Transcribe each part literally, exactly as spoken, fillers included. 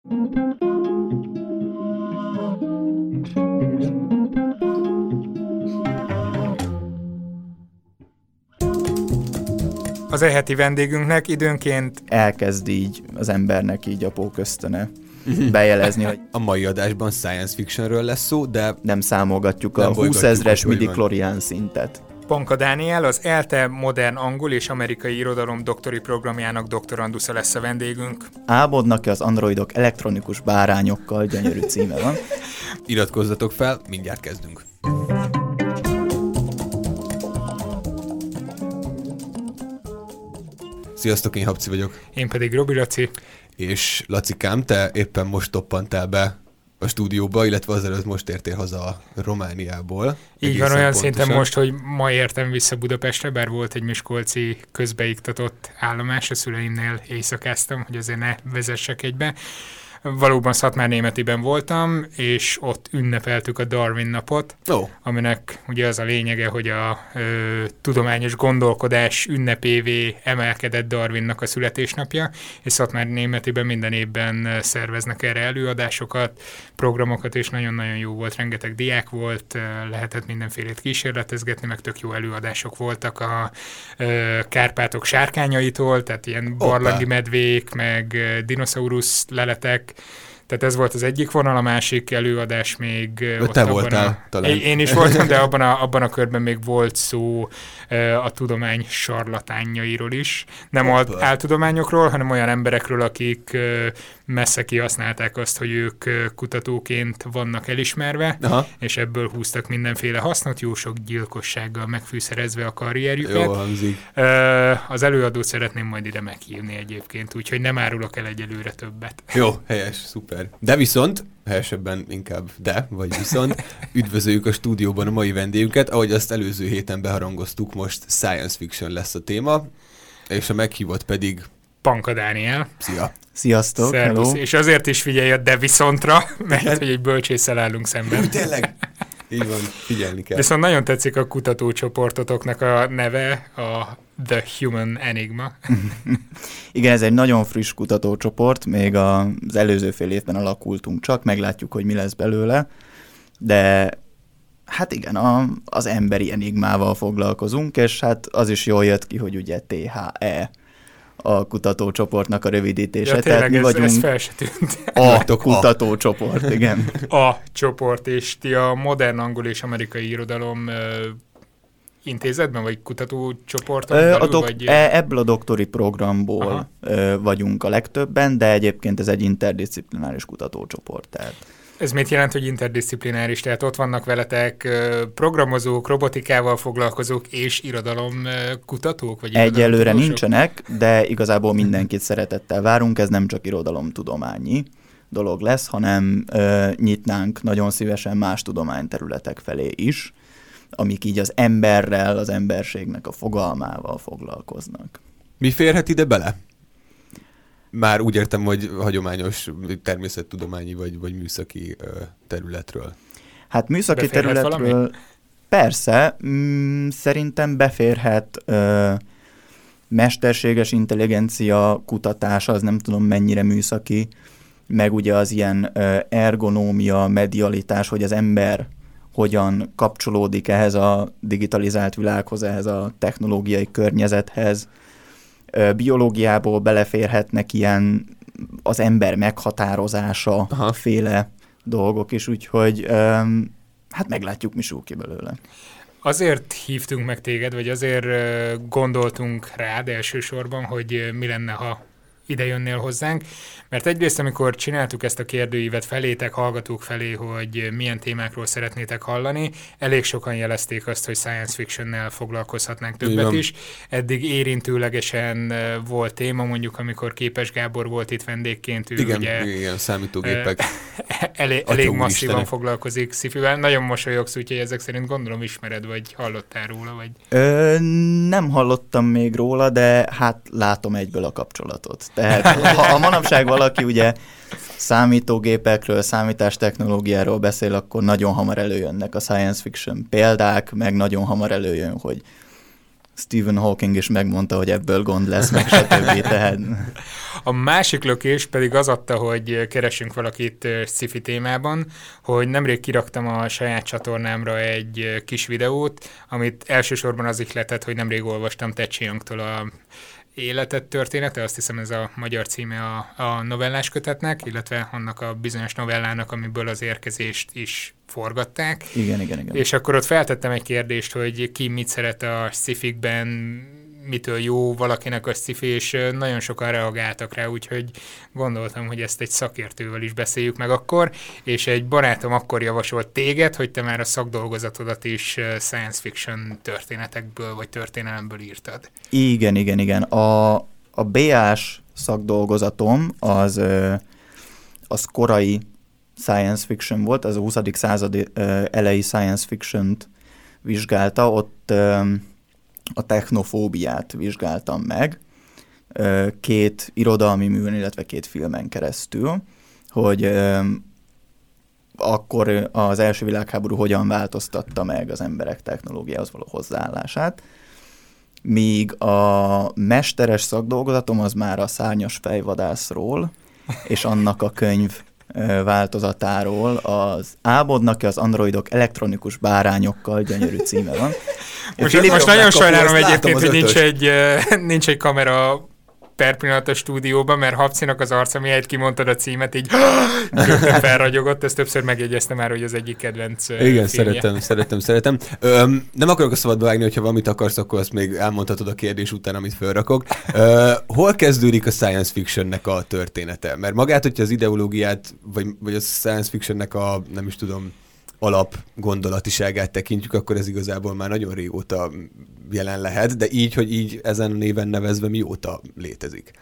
Az e-heti vendégünknek időnként elkezd így az embernek így apóköztöne bejelezni, hogy a mai adásban science fictionről lesz szó, de nem számolgatjuk nem a húszezres midi-chlorian szintet. Ponka Dániel, az e el té e modern angol és amerikai irodalom doktori programjának doktorandusza lesz a vendégünk. Álmodnak az androidok elektronikus bárányokkal, gyönyörű címe van. Iratkozzatok fel, mindjárt kezdünk. Sziasztok, én Habci vagyok. Én pedig Robi Laci. És Lacikám, te éppen most toppantál be a stúdióba, illetve azelőtt most értél haza Romániából. Így van, olyan szinten most, hogy ma értem vissza Budapestre, bár volt egy miskolci közbeiktatott állomás, a szüleimnél éjszakáztam, hogy azért ne vezessek egybe. Valóban Szatmárnémetiben voltam, és ott ünnepeltük a Darwin napot, oh. aminek ugye az a lényege, hogy a ö, tudományos gondolkodás ünnepévé emelkedett Darwinnak a születésnapja, és Szatmárnémetiben minden évben szerveznek erre előadásokat, programokat, és nagyon-nagyon jó volt, rengeteg diák volt, lehetett mindenfélét kísérletezgetni, meg tök jó előadások voltak a ö, Kárpátok sárkányaitól, tehát ilyen barlangi medvék, meg dinoszaurusz leletek. Tehát ez volt az egyik vonal, a másik előadás még... Ott te voltál a, talán. Én is voltam, de abban a, abban a körben még volt szó a tudomány sarlatánjairól is. Nem Hoppa. áltudományokról, hanem olyan emberekről, akik messze kihasználták azt, hogy ők kutatóként vannak elismerve, Aha. és ebből húztak mindenféle hasznot, jó sok gyilkossággal megfűszerezve a karrierjüket. Jó hangzik. Az előadót szeretném majd ide meghívni egyébként, úgyhogy nem árulok el egyelőre többet. Jó, helyes, szuper. De viszont, helyesebben inkább de, vagy viszont, üdvözöljük a stúdióban a mai vendégünket, ahogy azt előző héten beharangoztuk, most science fiction lesz a téma, és a meghívott pedig... Panka Dániel. Szia! Sziasztok! Szervusz. Hello. És azért is figyelj a de viszontra, mert hogy egy bölcsésszel állunk szemben. Úgy, tényleg? Így van, figyelni kell. Viszont nagyon tetszik a kutatócsoportotoknak a neve, a The Human Enigma. Igen, ez egy nagyon friss kutatócsoport, még az előző fél évben alakultunk csak, meglátjuk, hogy mi lesz belőle, de hát igen, a, az emberi enigmával foglalkozunk, és hát az is jól jött ki, hogy ugye té há é a kutatócsoportnak a rövidítése. Ja, tényleg, tehát mi ez, vagyunk ez fel se tűnt. A kutatócsoport, igen. A csoport, és ti a modern angol és amerikai irodalom uh, intézetben, vagy kutatócsoporton Ö, belül, a dok- vagy... Ebből a doktori programból ö, vagyunk a legtöbben, de egyébként ez egy interdisziplináris kutatócsoport. Tehát. Ez mit jelent, hogy interdisziplináris? Tehát ott vannak veletek programozók, robotikával foglalkozók és irodalomkutatók? Vagy Egyelőre nincsenek, de igazából mindenkit szeretettel várunk, ez nem csak irodalomtudományi dolog lesz, hanem ö, nyitnánk nagyon szívesen más tudományterületek felé is, amik így az emberrel, az emberségnek a fogalmával foglalkoznak. Mi férhet ide bele? Már úgy értem, hogy hagyományos természettudományi vagy, vagy műszaki ö, területről. Hát műszaki beférhet területről valami? Persze, mm, szerintem beférhet ö, mesterséges intelligencia kutatása, az nem tudom mennyire műszaki, meg ugye az ilyen ö, ergonómia, medialitás, hogy az ember hogyan kapcsolódik ehhez a digitalizált világhoz, ehhez a technológiai környezethez. Biológiából beleférhetnek ilyen az ember meghatározása Aha. féle dolgok is, úgyhogy um, hát meglátjuk, mi súl ki belőle. Azért hívtunk meg téged, vagy azért gondoltunk rád elsősorban, hogy mi lenne, ha ide jönnél hozzánk, mert egyrészt, amikor csináltuk ezt a kérdőívet felétek, hallgatók felé, hogy milyen témákról szeretnétek hallani, elég sokan jelezték azt, hogy science fictionnel foglalkozhatnánk többet is. Eddig érintőlegesen volt téma, mondjuk amikor Képes Gábor volt itt vendégként, ő igen, ugye... Igen, számítógépek. elég, elég masszívan foglalkozik sci-fivel. Nagyon mosolyogsz, úgyhogy ezek szerint gondolom ismered, vagy hallottál róla, vagy... Ö, nem hallottam még róla, de hát látom egyből a kapcsolatot. Tehát ha a manapság valaki ugye számítógépekről, számítástechnológiáról beszél, akkor nagyon hamar előjönnek a science fiction példák, meg nagyon hamar előjön, hogy Stephen Hawking is megmondta, hogy ebből gond lesz, meg stb. Tehát... A másik lökés pedig az adta, hogy keresünk valakit sci-fi témában, hogy nemrég kiraktam a saját csatornámra egy kis videót, amit elsősorban az ihletett, hogy nemrég olvastam Ted Chiangtól a Életed története, azt hiszem ez a magyar címe a, a novellás kötetnek, illetve annak a bizonyos novellának, amiből az érkezést is forgatták. Igen, igen, igen. És akkor ott feltettem egy kérdést, hogy ki mit szeret a sci-fikben, mitől jó valakinek a sci-fi, és nagyon sokan reagáltak rá, úgyhogy gondoltam, hogy ezt egy szakértővel is beszéljük meg akkor, és egy barátom akkor javasolt téged, hogy te már a szakdolgozatodat is science fiction történetekből vagy történelemből írtad. Igen, igen, igen. A, a bé á-s szakdolgozatom az, az korai science fiction volt, az a huszadik század elejé science fiction-t vizsgálta, ott a technofóbiát vizsgáltam meg két irodalmi művön, illetve két filmen keresztül, hogy akkor az első világháború hogyan változtatta meg az emberek technológiához való hozzáállását, míg a mesteres szakdolgozatom az már a Szárnyas fejvadászról, és annak a könyv változatáról, az Ábodnak az androidok elektronikus bárányokkal gyönyörű címe van. Most, most nagyon sajnálom egyébként, hogy nincs egy, nincs egy kamera per pillanat a stúdióban, mert Habcinak az arca miatt kimondtad a címet, így rögtön felragyogott, ezt többször megjegyezte már, hogy az egyik kedvenc Igen, filmje. szeretem, szeretem, szeretem. Öm, nem akarok a szabadba vágni, hogyha valamit akarsz, akkor azt még elmondhatod a kérdés után, amit felrakok. Ö, hol kezdődik a science fictionnek a története? Mert magát, hogyha az ideológiát, vagy, vagy a science fictionnek a, nem is tudom, alap gondolatiságát tekintjük, akkor ez igazából már nagyon régóta jelen lehet, de így, hogy így ezen a néven nevezve mióta létezik?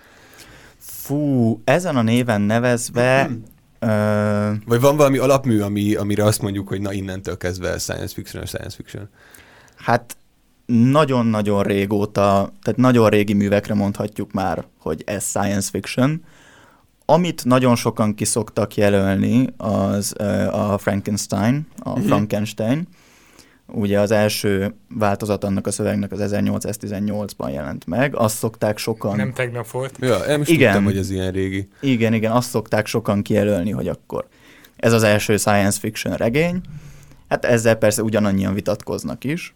Fú, ezen a néven nevezve... Hmm. Ö... Vagy van valami alapmű, ami, amire azt mondjuk, hogy na innentől kezdve science fiction, science fiction? Hát nagyon-nagyon régóta, tehát nagyon régi művekre mondhatjuk már, hogy ez science fiction. Amit nagyon sokan kiszoktak jelölni, az uh, a Frankenstein, a uh-huh. Frankenstein. Ugye az első változat annak a szövegnek az ezernyolcszáztizennyolcban jelent meg. Azt szokták sokan... Nem tegnap volt. Ja, én most igen, tudtam, hogy ez ilyen régi. Igen, igen, azt szokták sokan kijelölni, hogy akkor ez az első science fiction regény. Hát ezzel persze ugyanannyian vitatkoznak is.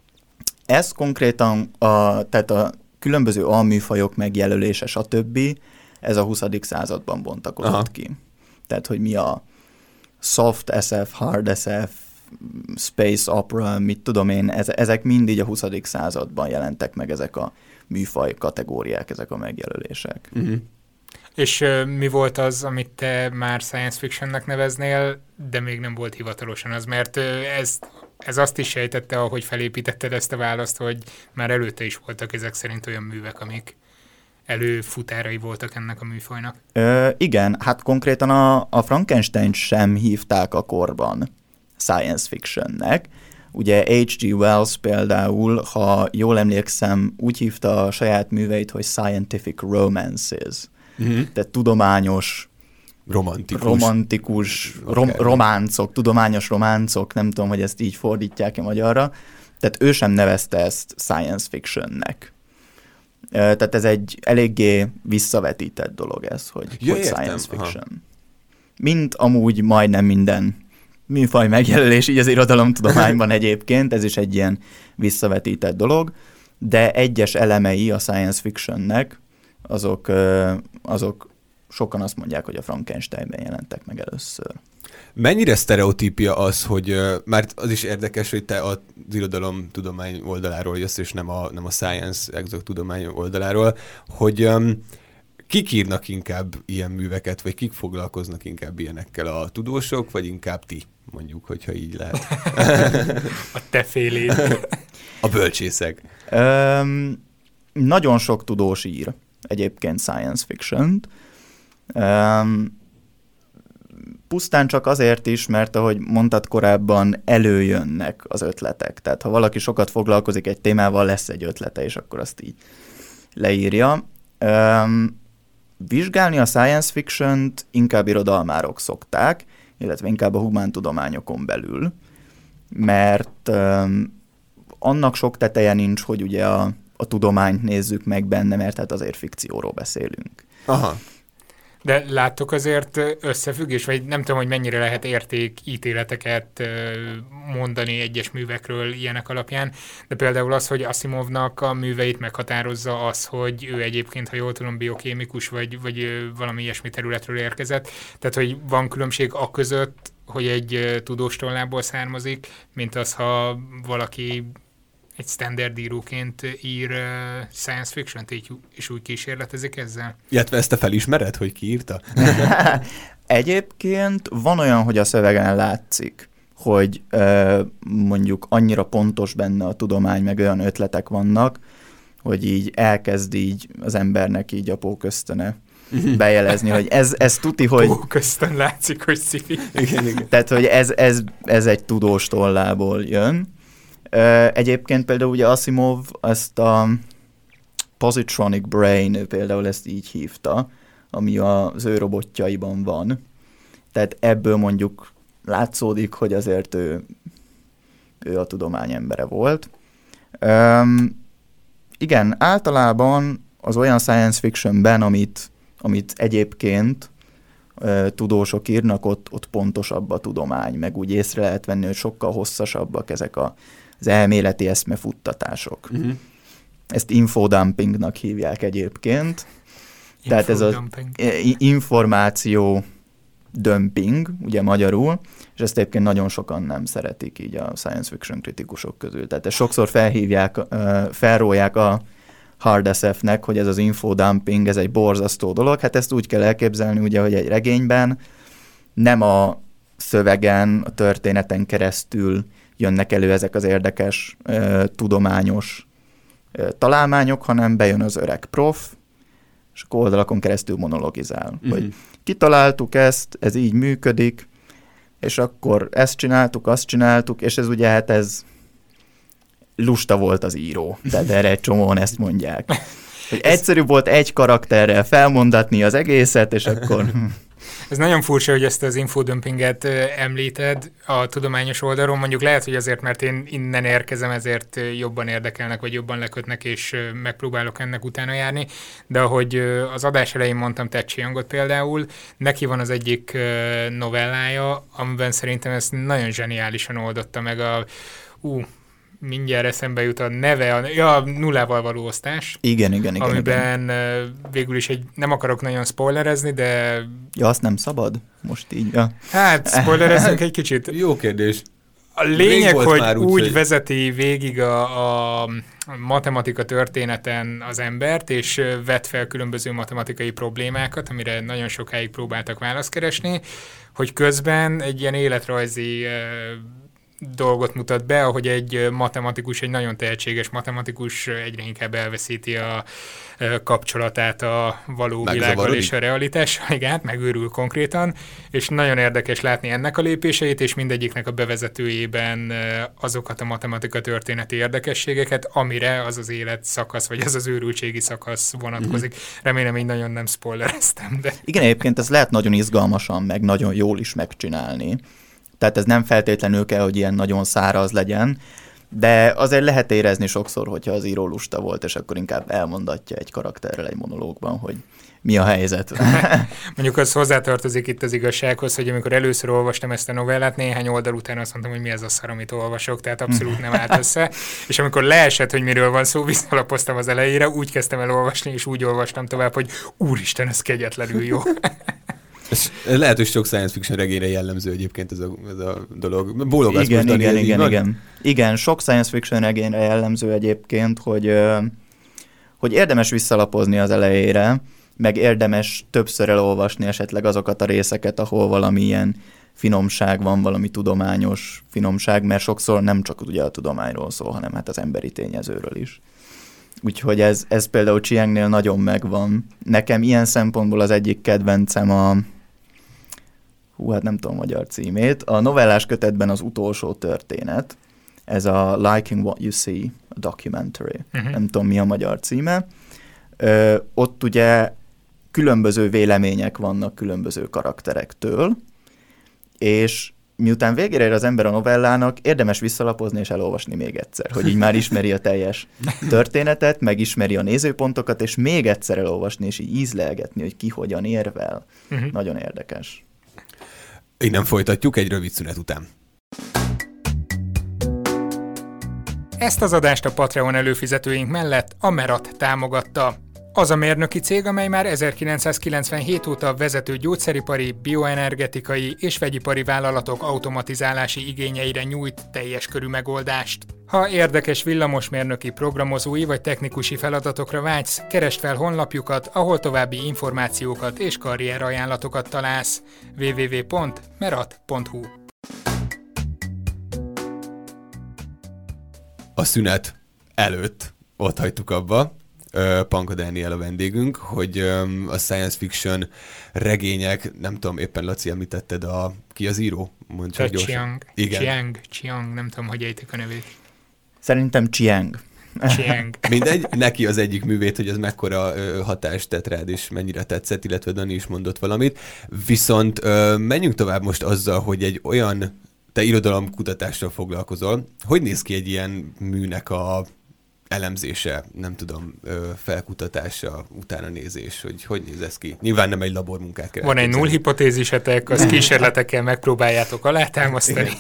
Ez konkrétan, a, tehát a különböző alműfajok megjelölése, stb., ez a huszadik században bontakozott Aha. ki. Tehát, hogy mi a soft es ef, hard es ef, space opera, mit tudom én, ezek mind így a huszadik században jelentek meg, ezek a műfaj kategóriák, ezek a megjelölések. Uh-huh. És uh, mi volt az, amit te már science fictionnek neveznél, de még nem volt hivatalosan az, mert uh, ez, ez azt is sejtette, ahogy felépítetted ezt a választ, hogy már előtte is voltak ezek szerint olyan művek, amik előfutárai voltak ennek a műfajnak. Ö, igen, hát konkrétan a, a Frankenstein sem hívták a korban science fictionnek. Ugye há gé. Wells például, ha jól emlékszem, úgy hívta a saját műveit, hogy scientific romances. Uh-huh. Tehát tudományos, romantikus, romantikus rom, románcok, tudományos románcok, nem tudom, hogy ezt így fordítják-e magyarra. Tehát ő sem nevezte ezt science fictionnek. Tehát ez egy eléggé visszavetített dolog ez, hogy, ja, hogy értem, science fiction. aha. Mint amúgy majdnem minden műfaj megjelölés, így az irodalomtudományban egyébként, ez is egy ilyen visszavetített dolog, de egyes elemei a science fictionnek, azok, azok sokan azt mondják, hogy a Frankensteinben jelentek meg először. Mennyire sztereotípia az, hogy, mert az is érdekes, hogy te az irodalomtudomány oldaláról jössz, és nem a, nem a science exakt tudomány oldaláról, hogy um, kik írnak inkább ilyen műveket, vagy kik foglalkoznak inkább ilyenekkel, a tudósok, vagy inkább ti, mondjuk, hogyha így lehet. A te féléd. A bölcsészek. Um, nagyon sok tudós ír egyébként science fiction-t. Um, pusztán csak azért is, mert ahogy mondtad korábban, előjönnek az ötletek. Tehát ha valaki sokat foglalkozik egy témával, lesz egy ötlete, és akkor azt így leírja. Um, vizsgálni a science fiction-t inkább irodalmárok szokták, illetve inkább a humántudományokon belül, mert um, annak sok teteje nincs, hogy ugye a, a tudományt nézzük meg benne, mert hát azért fikcióról beszélünk. Aha. De láttok azért összefüggés, vagy nem tudom, hogy mennyire lehet értékítéleteket mondani egyes művekről ilyenek alapján, de például az, hogy Asimovnak a műveit meghatározza az, hogy ő egyébként, ha jól tudom, biokémikus, vagy, vagy valami ilyesmi területről érkezett. Tehát, hogy van különbség a között, hogy egy tudós tollából származik, mint az, ha valaki egy standard íróként ír uh, science fiction-t, így, és úgy kísérletezik ezzel? Illetve ezt te felismered, hogy ki írta? Egyébként van olyan, hogy a szövegen látszik, hogy uh, mondjuk annyira pontos benne a tudomány, meg olyan ötletek vannak, hogy így elkezd így az embernek így a póköztöne bejelezni, hogy ez, ez tuti, hogy... Póköztön látszik, hogy sci-fi. Igen, igen. Tehát, hogy ez, ez, ez egy tudós tollából jön. Egyébként például ugye Asimov ezt a positronic brain, ő például ezt így hívta, ami az ő robotjaiban van. Tehát ebből mondjuk látszódik, hogy azért ő, ő a tudomány embere volt. Um, igen, általában az olyan science fictionben, amit, amit egyébként uh, tudósok írnak, ott, ott pontosabb a tudomány, meg úgy észre lehet venni, hogy sokkal hosszasabbak ezek a az elméleti eszmefuttatások. Uh-huh. Ezt infodumpingnak hívják egyébként. Tehát ez az információ dumping, ugye magyarul, és ezt egyébként nagyon sokan nem szeretik így a science fiction kritikusok közül. Tehát ezt sokszor felhívják, felrólják a hard es ef-nek, hogy ez az infodumping, ez egy borzasztó dolog. Hát ezt úgy kell elképzelni, ugye, hogy egy regényben nem a szövegen, a történeten keresztül jönnek elő ezek az érdekes, uh, tudományos uh, találmányok, hanem bejön az öreg prof, és akkor oldalakon keresztül monologizál. Uh-huh. Hogy kitaláltuk ezt, ez így működik, és akkor ezt csináltuk, azt csináltuk, és ez ugye hát ez lusta volt az író. Tehát erre egy csomóan ezt mondják. Hogy egyszerű volt egy karakterrel felmondatni az egészet, és akkor... Ez nagyon furcsa, hogy ezt az infodumpinget említed a tudományos oldalról. Mondjuk lehet, hogy azért, mert én innen érkezem, ezért jobban érdekelnek, vagy jobban lekötnek, és megpróbálok ennek utána járni. De ahogy az adás elején mondtam Ted Chiangot például, neki van az egyik novellája, amiben szerintem ezt nagyon zseniálisan oldotta meg a... Uh, mindjárt eszembe jut a neve, a ja, nullával való osztás. Igen, igen, igen. Amiben igen. végül is egy, nem akarok nagyon spoilerezni, de... Ja, azt nem szabad? Most így, ja. Hát, spoilerezzünk egy kicsit. Jó kérdés. A lényeg, hogy már, úgy hogy... vezeti végig a, a matematika történeten az embert, és vet fel különböző matematikai problémákat, amire nagyon sokáig próbáltak választ keresni, hogy közben egy ilyen életrajzi dolgot mutat be, ahogy egy matematikus, egy nagyon tehetséges matematikus egyre inkább elveszíti a kapcsolatát a való világgal és a realitással, igen, megőrül konkrétan, és nagyon érdekes látni ennek a lépéseit, és mindegyiknek a bevezetőjében azokat a matematika történeti érdekességeket, amire az az élet szakasz, vagy az az őrültségi szakasz vonatkozik. Mm-hmm. Remélem, így nagyon nem spoilereztem, de... Igen, egyébként ez lehet nagyon izgalmasan, meg nagyon jól is megcsinálni. Tehát ez nem feltétlenül kell, hogy ilyen nagyon száraz legyen, de azért lehet érezni sokszor, hogyha az író lusta volt, és akkor inkább elmondatja egy karakterrel egy monológban, hogy mi a helyzet. Mondjuk az hozzátartozik itt az igazsághoz, hogy amikor először olvastam ezt a novellát, néhány oldal után azt mondtam, hogy mi ez a szar, amit olvasok, tehát abszolút nem állt össze. És amikor leesett, hogy miről van szó, visszalapoztam az elejére, úgy kezdtem el olvasni, és úgy olvastam tovább, hogy úristen, ez kegyetlenül jó. Ez lehet, hogy sok science fiction regényre jellemző egyébként ez a, ez a dolog. Bólogatsz igen, most, Dani, igen, igen, van? igen. Igen, sok science fiction regényre jellemző egyébként, hogy, hogy érdemes visszalapozni az elejére, meg érdemes többször elolvasni esetleg azokat a részeket, ahol valamilyen finomság van, valami tudományos finomság, mert sokszor nem csak ugye a tudományról szól, hanem hát az emberi tényezőről is. Úgyhogy ez, ez például Chiangnél nagyon megvan. Nekem ilyen szempontból az egyik kedvencem a... Hú, hát nem tudom a magyar címét. A novellás kötetben az utolsó történet. Ez a Liking What You See, a documentary. Uh-huh. Nem tudom, mi a magyar címe. Ö, ott ugye különböző vélemények vannak különböző karakterektől, és miután végére ér az ember a novellának, érdemes visszalapozni és elolvasni még egyszer, hogy így már ismeri a teljes történetet, megismeri a nézőpontokat, és még egyszer elolvasni, és így ízlelgetni, hogy ki hogyan érvel. Uh-huh. Nagyon érdekes. Innen folytatjuk egy rövid szünet után. Ezt az adást a Patreon előfizetőink mellett a Merat támogatta. Az a mérnöki cég, amely már ezerkilencszázkilencvenhét óta vezető gyógyszeripari, bioenergetikai és vegyipari vállalatok automatizálási igényeire nyújt teljes körű megoldást. Ha érdekes villamosmérnöki programozói vagy technikusi feladatokra vágysz, keresd fel honlapjukat, ahol további információkat és karrierajánlatokat találsz. double-u double-u double-u pont merat pont hu A szünet előtt ott hagytuk abba, Panka Dániel a vendégünk, hogy a science fiction regények, nem tudom, éppen Laci említetted, a, ki az író? Mondj csak gyorsan. Chiang. Igen. Chiang, Chiang, nem tudom, hogy ejtik a nevét. Szerintem Chiang. Chiang. Mindegy, neki az egyik művét, hogy az mekkora hatást tett rád, és mennyire tetszett, illetve Dani is mondott valamit. Viszont menjünk tovább most azzal, hogy egy olyan, te irodalomkutatással foglalkozol, hogy néz ki egy ilyen műnek a elemzése, nem tudom, felkutatása, utána nézés, hogy hogy néz ez ki? Nyilván nem egy labormunkát kell. Van egy null hipotézisetek, az kísérletekkel megpróbáljátok alátámasztani.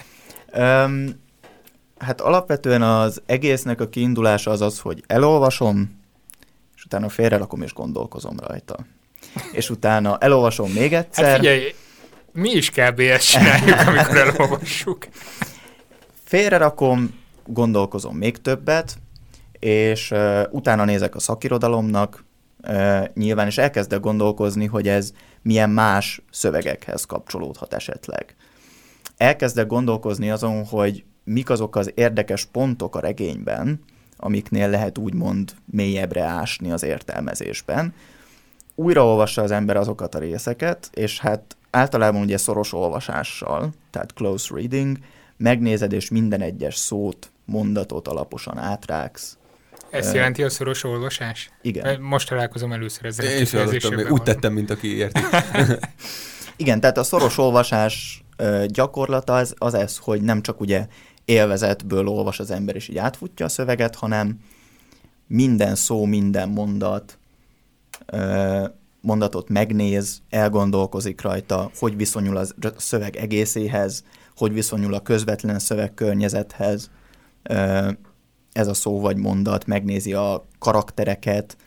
um, hát alapvetően az egésznek a kiindulása az az, hogy elolvasom, és utána félrerakom és gondolkozom rajta. És utána elolvasom még egyszer. Hát figyelj, mi is kb. Ezt csináljuk, amikor elolvassuk. Félrerakom, gondolkozom még többet, és uh, utána nézek a szakirodalomnak, uh, nyilván, és elkezdek gondolkozni, hogy ez milyen más szövegekhez kapcsolódhat esetleg. Elkezdek gondolkozni azon, hogy mik azok az érdekes pontok a regényben, amiknél lehet úgymond mélyebbre ásni az értelmezésben. Újraolvassa az ember azokat a részeket, és hát általában ugye szoros olvasással, tehát close reading, megnézed, és minden egyes szót, mondatot alaposan átrágsz. Ezt jelenti a szoros olvasás? Igen. Most találkozom először ezzel. Én is hallottam, úgy tettem, mint aki érti. Igen, tehát a szoros olvasás gyakorlata az, az ez, hogy nem csak ugye élvezetből olvas az ember, és így átfutja a szöveget, hanem minden szó, minden mondat, mondatot megnéz, elgondolkozik rajta, hogy viszonyul a szöveg egészéhez, hogy viszonyul a közvetlen szövegkörnyezethez, ez a szó vagy mondat, megnézi a karaktereket,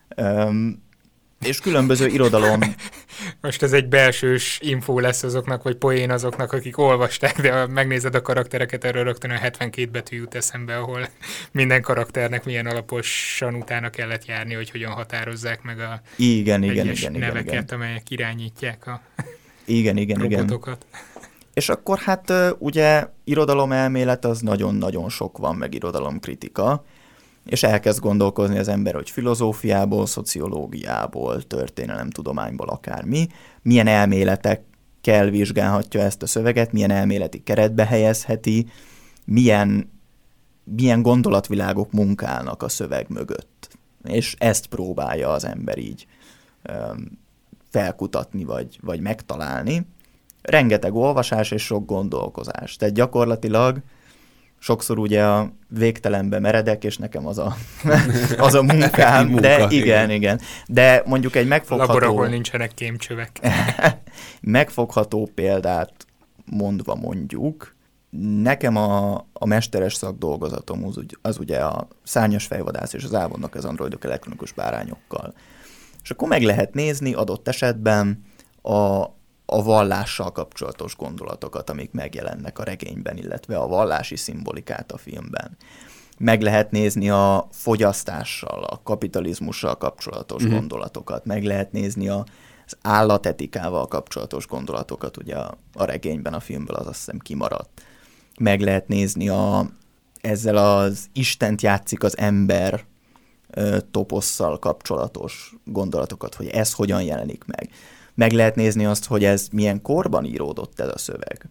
és különböző irodalom... Most ez egy belsős infó lesz azoknak, vagy poén azoknak, akik olvasták, de ha megnézed a karaktereket, erről rögtön a hetvenkét betű jut eszembe, ahol minden karakternek milyen alaposan utána kellett járni, hogy hogyan határozzák meg a igen, igen, egyes igen, neveket, igen, igen. amelyek irányítják a igen, igen, robotokat. Igen. És akkor hát ugye irodalomelmélet az nagyon-nagyon sok van, meg irodalomkritika, és elkezd gondolkozni az ember, hogy filozófiából, szociológiából, történelemtudományból, akármi, milyen elméletekkel vizsgálhatja ezt a szöveget, milyen elméleti keretbe helyezheti, milyen, milyen gondolatvilágok munkálnak a szöveg mögött. És ezt próbálja az ember így um, felkutatni, vagy, vagy megtalálni. Rengeteg olvasás és sok gondolkozás. Tehát gyakorlatilag sokszor ugye a végtelenbe meredek, és nekem az a, az a munkám. Munka, de igen, igen, igen. De mondjuk egy megfogható... Labor, ahol nincsenek kémcsövek. Megfogható példát mondva mondjuk, nekem a, a mesteres szakdolgozatom az, az ugye a Szárnyas fejvadász és az Ávonnak az androidok elektronikus bárányokkal. És akkor meg lehet nézni adott esetben a a vallással kapcsolatos gondolatokat, amik megjelennek a regényben, illetve a vallási szimbolikát a filmben. Meg lehet nézni a fogyasztással, a kapitalizmussal kapcsolatos mm. gondolatokat, meg lehet nézni a, az állatetikával kapcsolatos gondolatokat, ugye a, a regényben, a filmből az azt hiszem kimaradt. Meg lehet nézni a, ezzel az Istent játszik az ember ö, toposszal kapcsolatos gondolatokat, hogy ez hogyan jelenik meg. Meg lehet nézni azt, hogy ez milyen korban íródott ez a szöveg.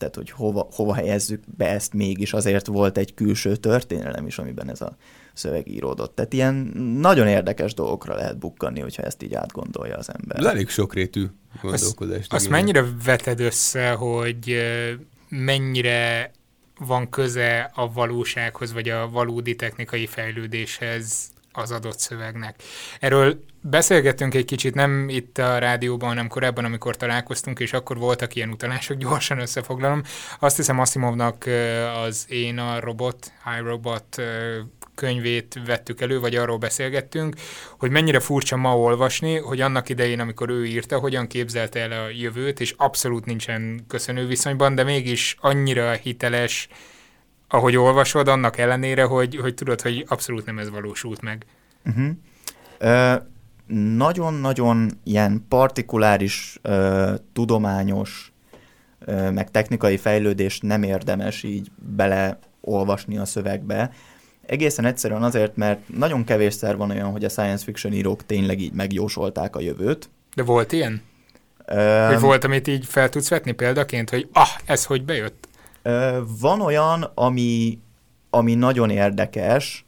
tehát hogy hova, hova helyezzük be ezt mégis, azért volt egy külső történelem is, amiben ez a szöveg íródott. Tehát ilyen nagyon érdekes dolgokra lehet bukkanni, hogyha ezt így átgondolja az ember. Ez elég sokrétű gondolkodás. Azt, azt mennyire veted össze, hogy mennyire van köze a valósághoz, vagy a valódi technikai fejlődéshez az adott szövegnek. Erről beszélgettünk egy kicsit, nem itt a rádióban, hanem korábban, amikor találkoztunk, és akkor voltak ilyen utalások, gyorsan összefoglalom. Azt hiszem Asimovnak az Én a robot, I, Robot könyvét vettük elő, vagy arról beszélgettünk, hogy mennyire furcsa ma olvasni, hogy annak idején, amikor ő írta, hogyan képzelte el a jövőt, és abszolút nincsen köszönő viszonyban, de mégis annyira hiteles, ahogy olvasod, annak ellenére, hogy, hogy tudod, hogy abszolút nem ez valósult meg. Uh-huh. Ö, nagyon-nagyon ilyen partikuláris, ö, tudományos, ö, meg technikai fejlődést nem érdemes így beleolvasni a szövegbe. Egészen egyszerűen azért, mert nagyon kevésszer van olyan, hogy a science fiction írók tényleg így megjósolták a jövőt. De volt ilyen? Ö, hogy volt, amit így fel tudsz vetni példaként, hogy ah, ez hogy bejött? Van olyan, ami, ami nagyon érdekes.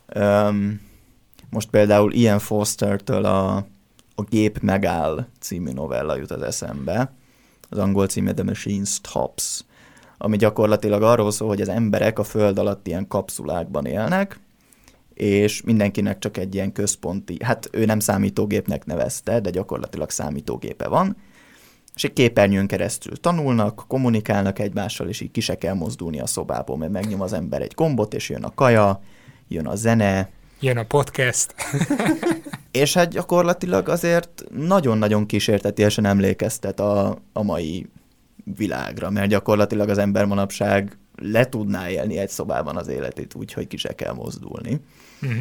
Most például Ian Foster-től a, a Gép megáll című novella jut az eszembe. Az angol címe The Machine Stops, ami gyakorlatilag arról szól, hogy az emberek a föld alatt ilyen kapszulákban élnek, és mindenkinek csak egy ilyen központi, hát ő nem számítógépnek nevezte, de gyakorlatilag számítógépe van, és egy képernyőn keresztül tanulnak, kommunikálnak egymással, és így ki se kell mozdulni a szobából, mert megnyom az ember egy gombot, és jön a kaja, jön a zene. Jön a podcast. És hát gyakorlatilag azért nagyon-nagyon kísértetiesen emlékeztet a, a mai világra, mert gyakorlatilag az ember manapság le tudná élni egy szobában az életét úgy, hogy ki se kell mozdulni. Uh-huh.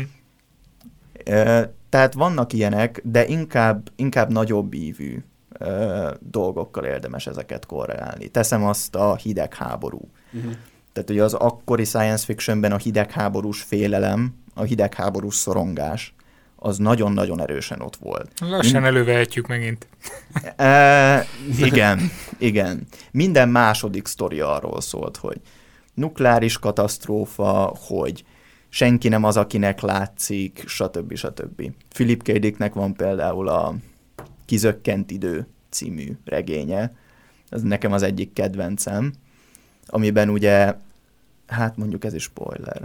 E, tehát vannak ilyenek, de inkább, inkább nagyobb ívű dolgokkal érdemes ezeket korrelálni. Teszem azt a hidegháború. Uh-huh. Tehát ugye az akkori science fictionben a hidegháborús félelem, a hidegháborús szorongás, az nagyon-nagyon erősen ott volt. Lassan Mind... elővehetjük megint. E, igen, igen. Minden második sztori arról szólt, hogy nukleáris katasztrófa, hogy senki nem az, akinek látszik, stb. stb. Philip K. Dicknek van például a Kizökkent idő című regénye. Ez nekem az egyik kedvencem, amiben ugye, hát mondjuk ez is spoiler.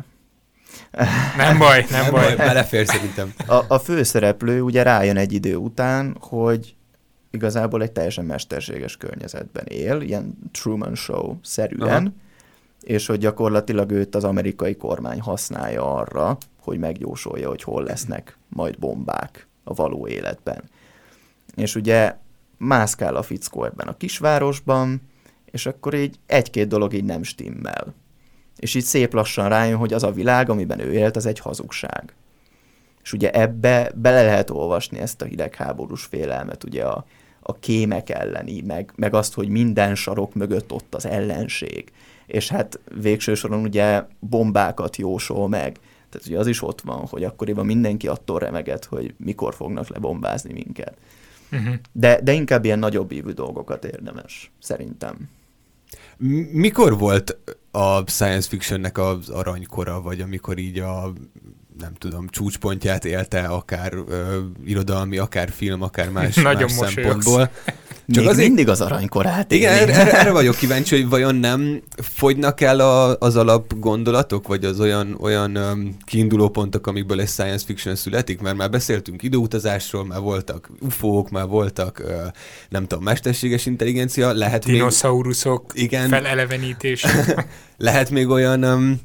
Nem baj, nem, nem baj. Belefér szerintem. A, a főszereplő ugye rájön egy idő után, hogy igazából egy teljesen mesterséges környezetben él, ilyen Truman Show-szerűen, aha, és hogy gyakorlatilag őt az amerikai kormány használja arra, hogy megjósolja, hogy hol lesznek majd bombák a való életben. És ugye mászkál a fickó ebben a kisvárosban, és akkor így egy-két dolog így nem stimmel. És így szép lassan rájön, hogy az a világ, amiben ő élt, az egy hazugság. És ugye ebbe bele lehet olvasni ezt a hidegháborús félelmet, ugye a, a kémek elleni, meg, meg azt, hogy minden sarok mögött ott az ellenség. És hát végső soron ugye bombákat jósol meg. Tehát ugye az is ott van, hogy akkoriban mindenki attól remegett, hogy mikor fognak lebombázni minket. Uh-huh. De, de inkább ilyen nagyobb ívű dolgokat érdemes, szerintem. Mikor volt a science fictionnek az aranykora, vagy amikor így a, nem tudom, csúcspontját élte, akár ö, irodalmi, akár film, akár más, más szempontból? Csak Még azért... mindig az aranykorát. Igen, erre, erre vagyok kíváncsi, hogy vajon nem fogynak el a, az alap gondolatok, vagy az olyan, olyan um, kiinduló pontok, amikből egy science fiction születik, mert már beszéltünk időutazásról, már voltak ufók, már voltak, uh, nem tudom, mesterséges intelligencia, lehet dinoszauruszok, még... igen, felelevenítés. Lehet még olyan, um,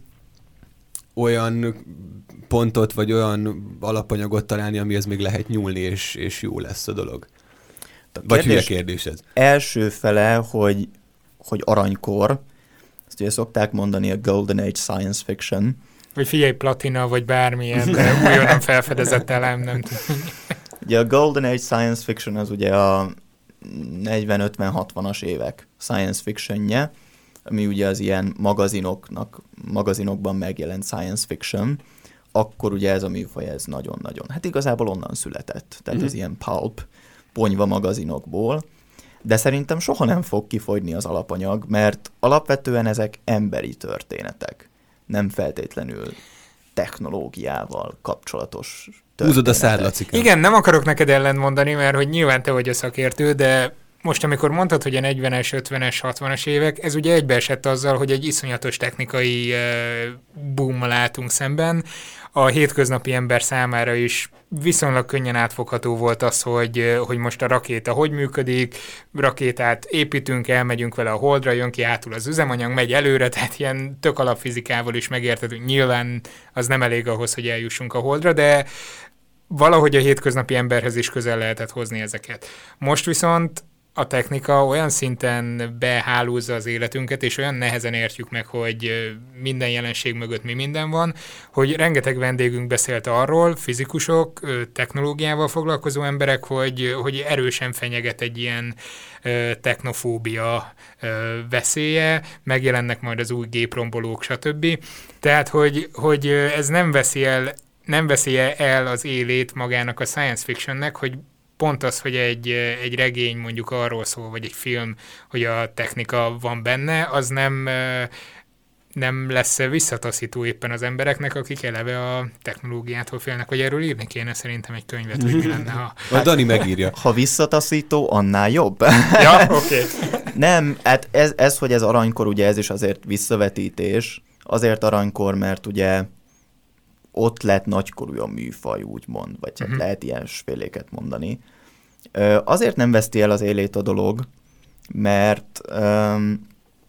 olyan pontot, vagy olyan alapanyagot találni, amihez még lehet nyúlni, és, és jó lesz a dolog. A vagy hülye kérdés ez? Első fele, hogy, hogy aranykor, ezt ugye szokták mondani a Golden Age Science Fiction. Vagy figyelj, platina, vagy bármilyen újonnan felfedezett elem, nem tudom. Ugye a Golden Age Science Fiction az ugye a negyven ötven hatvanas évek science fictionje, ami ugye az ilyen magazinoknak, magazinokban megjelent science fiction, akkor ugye ez a műfaj, ez nagyon-nagyon, hát igazából onnan született, tehát mm-hmm. az ilyen pulp, ponyva magazinokból, de szerintem soha nem fog kifogyni az alapanyag, mert alapvetően ezek emberi történetek, nem feltétlenül technológiával kapcsolatos történetek. Húzod a szárlacikát. Igen, nem akarok neked ellentmondani, mert hogy nyilván te vagy a szakértő, de most, amikor mondtad, hogy a negyvenes, ötvenes, hatvanas évek, ez ugye egybeesett azzal, hogy egy iszonyatos technikai uh, boommal látunk szemben. A hétköznapi ember számára is viszonylag könnyen átfogható volt az, hogy, hogy most a rakéta hogy működik, rakétát építünk, elmegyünk vele a Holdra, jön ki hátul az üzemanyag, megy előre, tehát ilyen tök alapfizikával is megértetünk. Nyilván az nem elég ahhoz, hogy eljussunk a Holdra, de valahogy a hétköznapi emberhez is közel lehetett hozni ezeket. Most viszont a technika olyan szinten behálózza az életünket, és olyan nehezen értjük meg, hogy minden jelenség mögött mi minden van, hogy rengeteg vendégünk beszélt arról, fizikusok, technológiával foglalkozó emberek, hogy, hogy erősen fenyeget egy ilyen technofóbia veszélye, megjelennek majd az új géprombolók, stb. Tehát, hogy, hogy ez nem veszi el, nem veszi el az élét magának a science fictionnek, hogy pont az, hogy egy, egy regény mondjuk arról szól, vagy egy film, hogy a technika van benne, az nem, nem lesz visszataszító éppen az embereknek, akik eleve a technológiától félnek, hogy erről írni kéne szerintem egy könyvet, hogy mi lenne, ha... A Dani megírja. Ha visszataszító, annál jobb. Ja, oké. Okay. Nem, hát ez, ez, hogy ez aranykor, ugye ez is azért visszavetítés, azért aranykor, mert ugye ott lett nagykorú a műfaj, úgymond, vagy uh-huh. hát lehet ilyen féléket mondani. Ö, azért nem veszti el az élét a dolog, mert, öm,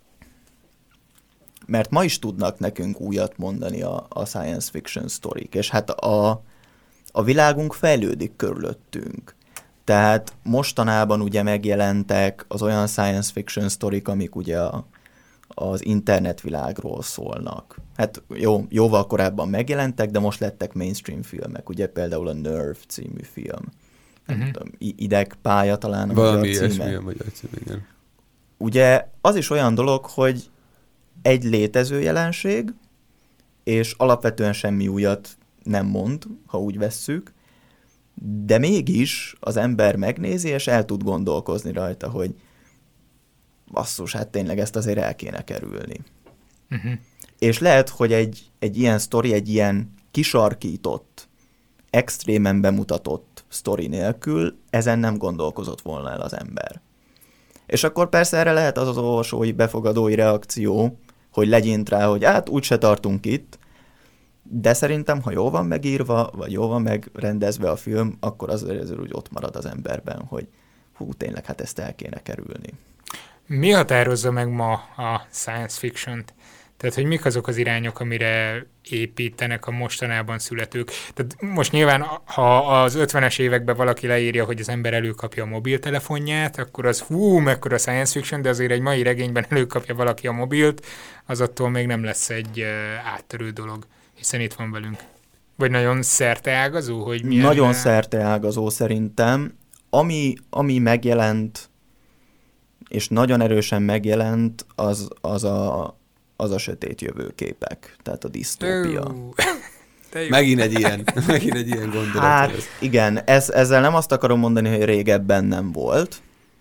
mert ma is tudnak nekünk újat mondani a, a science fiction sztorik, és hát a, a világunk fejlődik körülöttünk. Tehát mostanában ugye megjelentek az olyan science fiction sztorik, amik ugye a az internetvilágról szólnak. Hát jó, jóval korábban megjelentek, de most lettek mainstream filmek, ugye például a Nerve című film. Uh-huh. Tudom, idegpálya talán a Valami magyar címe. ilyesmi a magyar címe, igen. Ugye az is olyan dolog, hogy egy létező jelenség, és alapvetően semmi újat nem mond, ha úgy vesszük, de mégis az ember megnézi, és el tud gondolkozni rajta, hogy basszus, hát tényleg ezt azért el kéne kerülni. Uh-huh. És lehet, hogy egy, egy ilyen sztori, egy ilyen kisarkított, extrémen bemutatott sztori nélkül ezen nem gondolkozott volna el az ember. És akkor persze erre lehet az az olvasói, befogadói reakció, hogy legyint rá, hogy hát úgyse tartunk itt, de szerintem, ha jól van megírva, vagy jól van megrendezve a film, akkor azért úgy ott marad az emberben, hogy hú, tényleg, hát ezt el kéne kerülni. Mi határozza meg ma a science fiction-t? Tehát, hogy mik azok az irányok, amire építenek a mostanában születők? Tehát most nyilván, ha az ötvenes években valaki leírja, hogy az ember előkapja a mobiltelefonját, akkor az hú, mekkora science fiction, de azért egy mai regényben előkapja valaki a mobilt, az attól még nem lesz egy uh, áttörő dolog, hiszen itt van velünk. Vagy nagyon szerteágazó? Hogy milyen... Nagyon szerteágazó szerintem. Ami, ami megjelent, és nagyon erősen megjelent, az, az, a, az a sötét jövőképek, tehát a disztópia. Megint egy ilyen, megint egy ilyen gondolat. Hát igen, ez, ezzel nem azt akarom mondani, hogy régebben nem volt,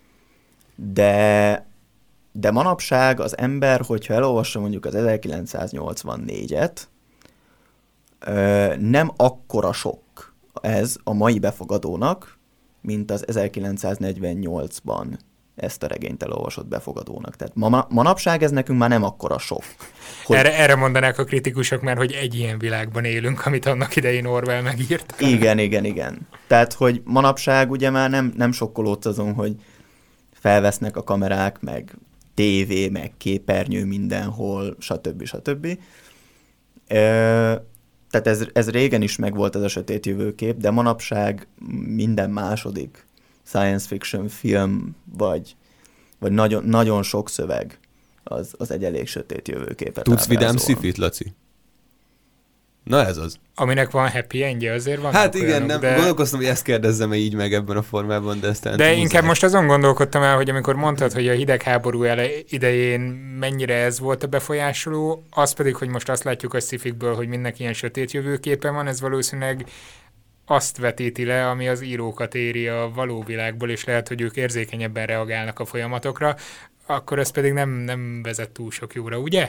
de, de manapság az ember, hogyha elolvassa mondjuk az ezerkilencszáznyolcvannégyet, nem akkora sok ez a mai befogadónak, mint az ezerkilencszáznegyvennyolcban ezt a regényt elolvasott befogadónak. Tehát ma, manapság ez nekünk már nem akkora sok. Hogy... Erre, erre mondanák a kritikusok már, hogy egy ilyen világban élünk, amit annak idején Orwell megírt. Igen, igen, igen. Tehát, hogy manapság ugye már nem, nem sokkolódsz azon, hogy felvesznek a kamerák, meg tévé, meg képernyő mindenhol, stb. stb. Ö, tehát ez, ez régen is megvolt ez a sötét jövőkép, de manapság minden második science fiction film, vagy, vagy nagyon, nagyon sok szöveg, az, az egy elég sötét jövőképet. Tudsz vidám szifit, Laci? Na ez az. Aminek van happy endje, azért van. Hát igen, olyanok, nem, de... gondolkoztam, hogy ezt kérdezzem így meg ebben a formában, de ezt De inkább húzzák. Most azon gondolkodtam el, hogy amikor mondtad, hogy a hidegháború idején mennyire ez volt a befolyásoló, az pedig, hogy most azt látjuk a sci-fikből, hogy mindenki ilyen sötét jövőképe van, ez valószínűleg azt vetíti le, ami az írókat éri a való világból, és lehet, hogy ők érzékenyebben reagálnak a folyamatokra, akkor ez pedig nem, nem vezet túl sok jóra, ugye?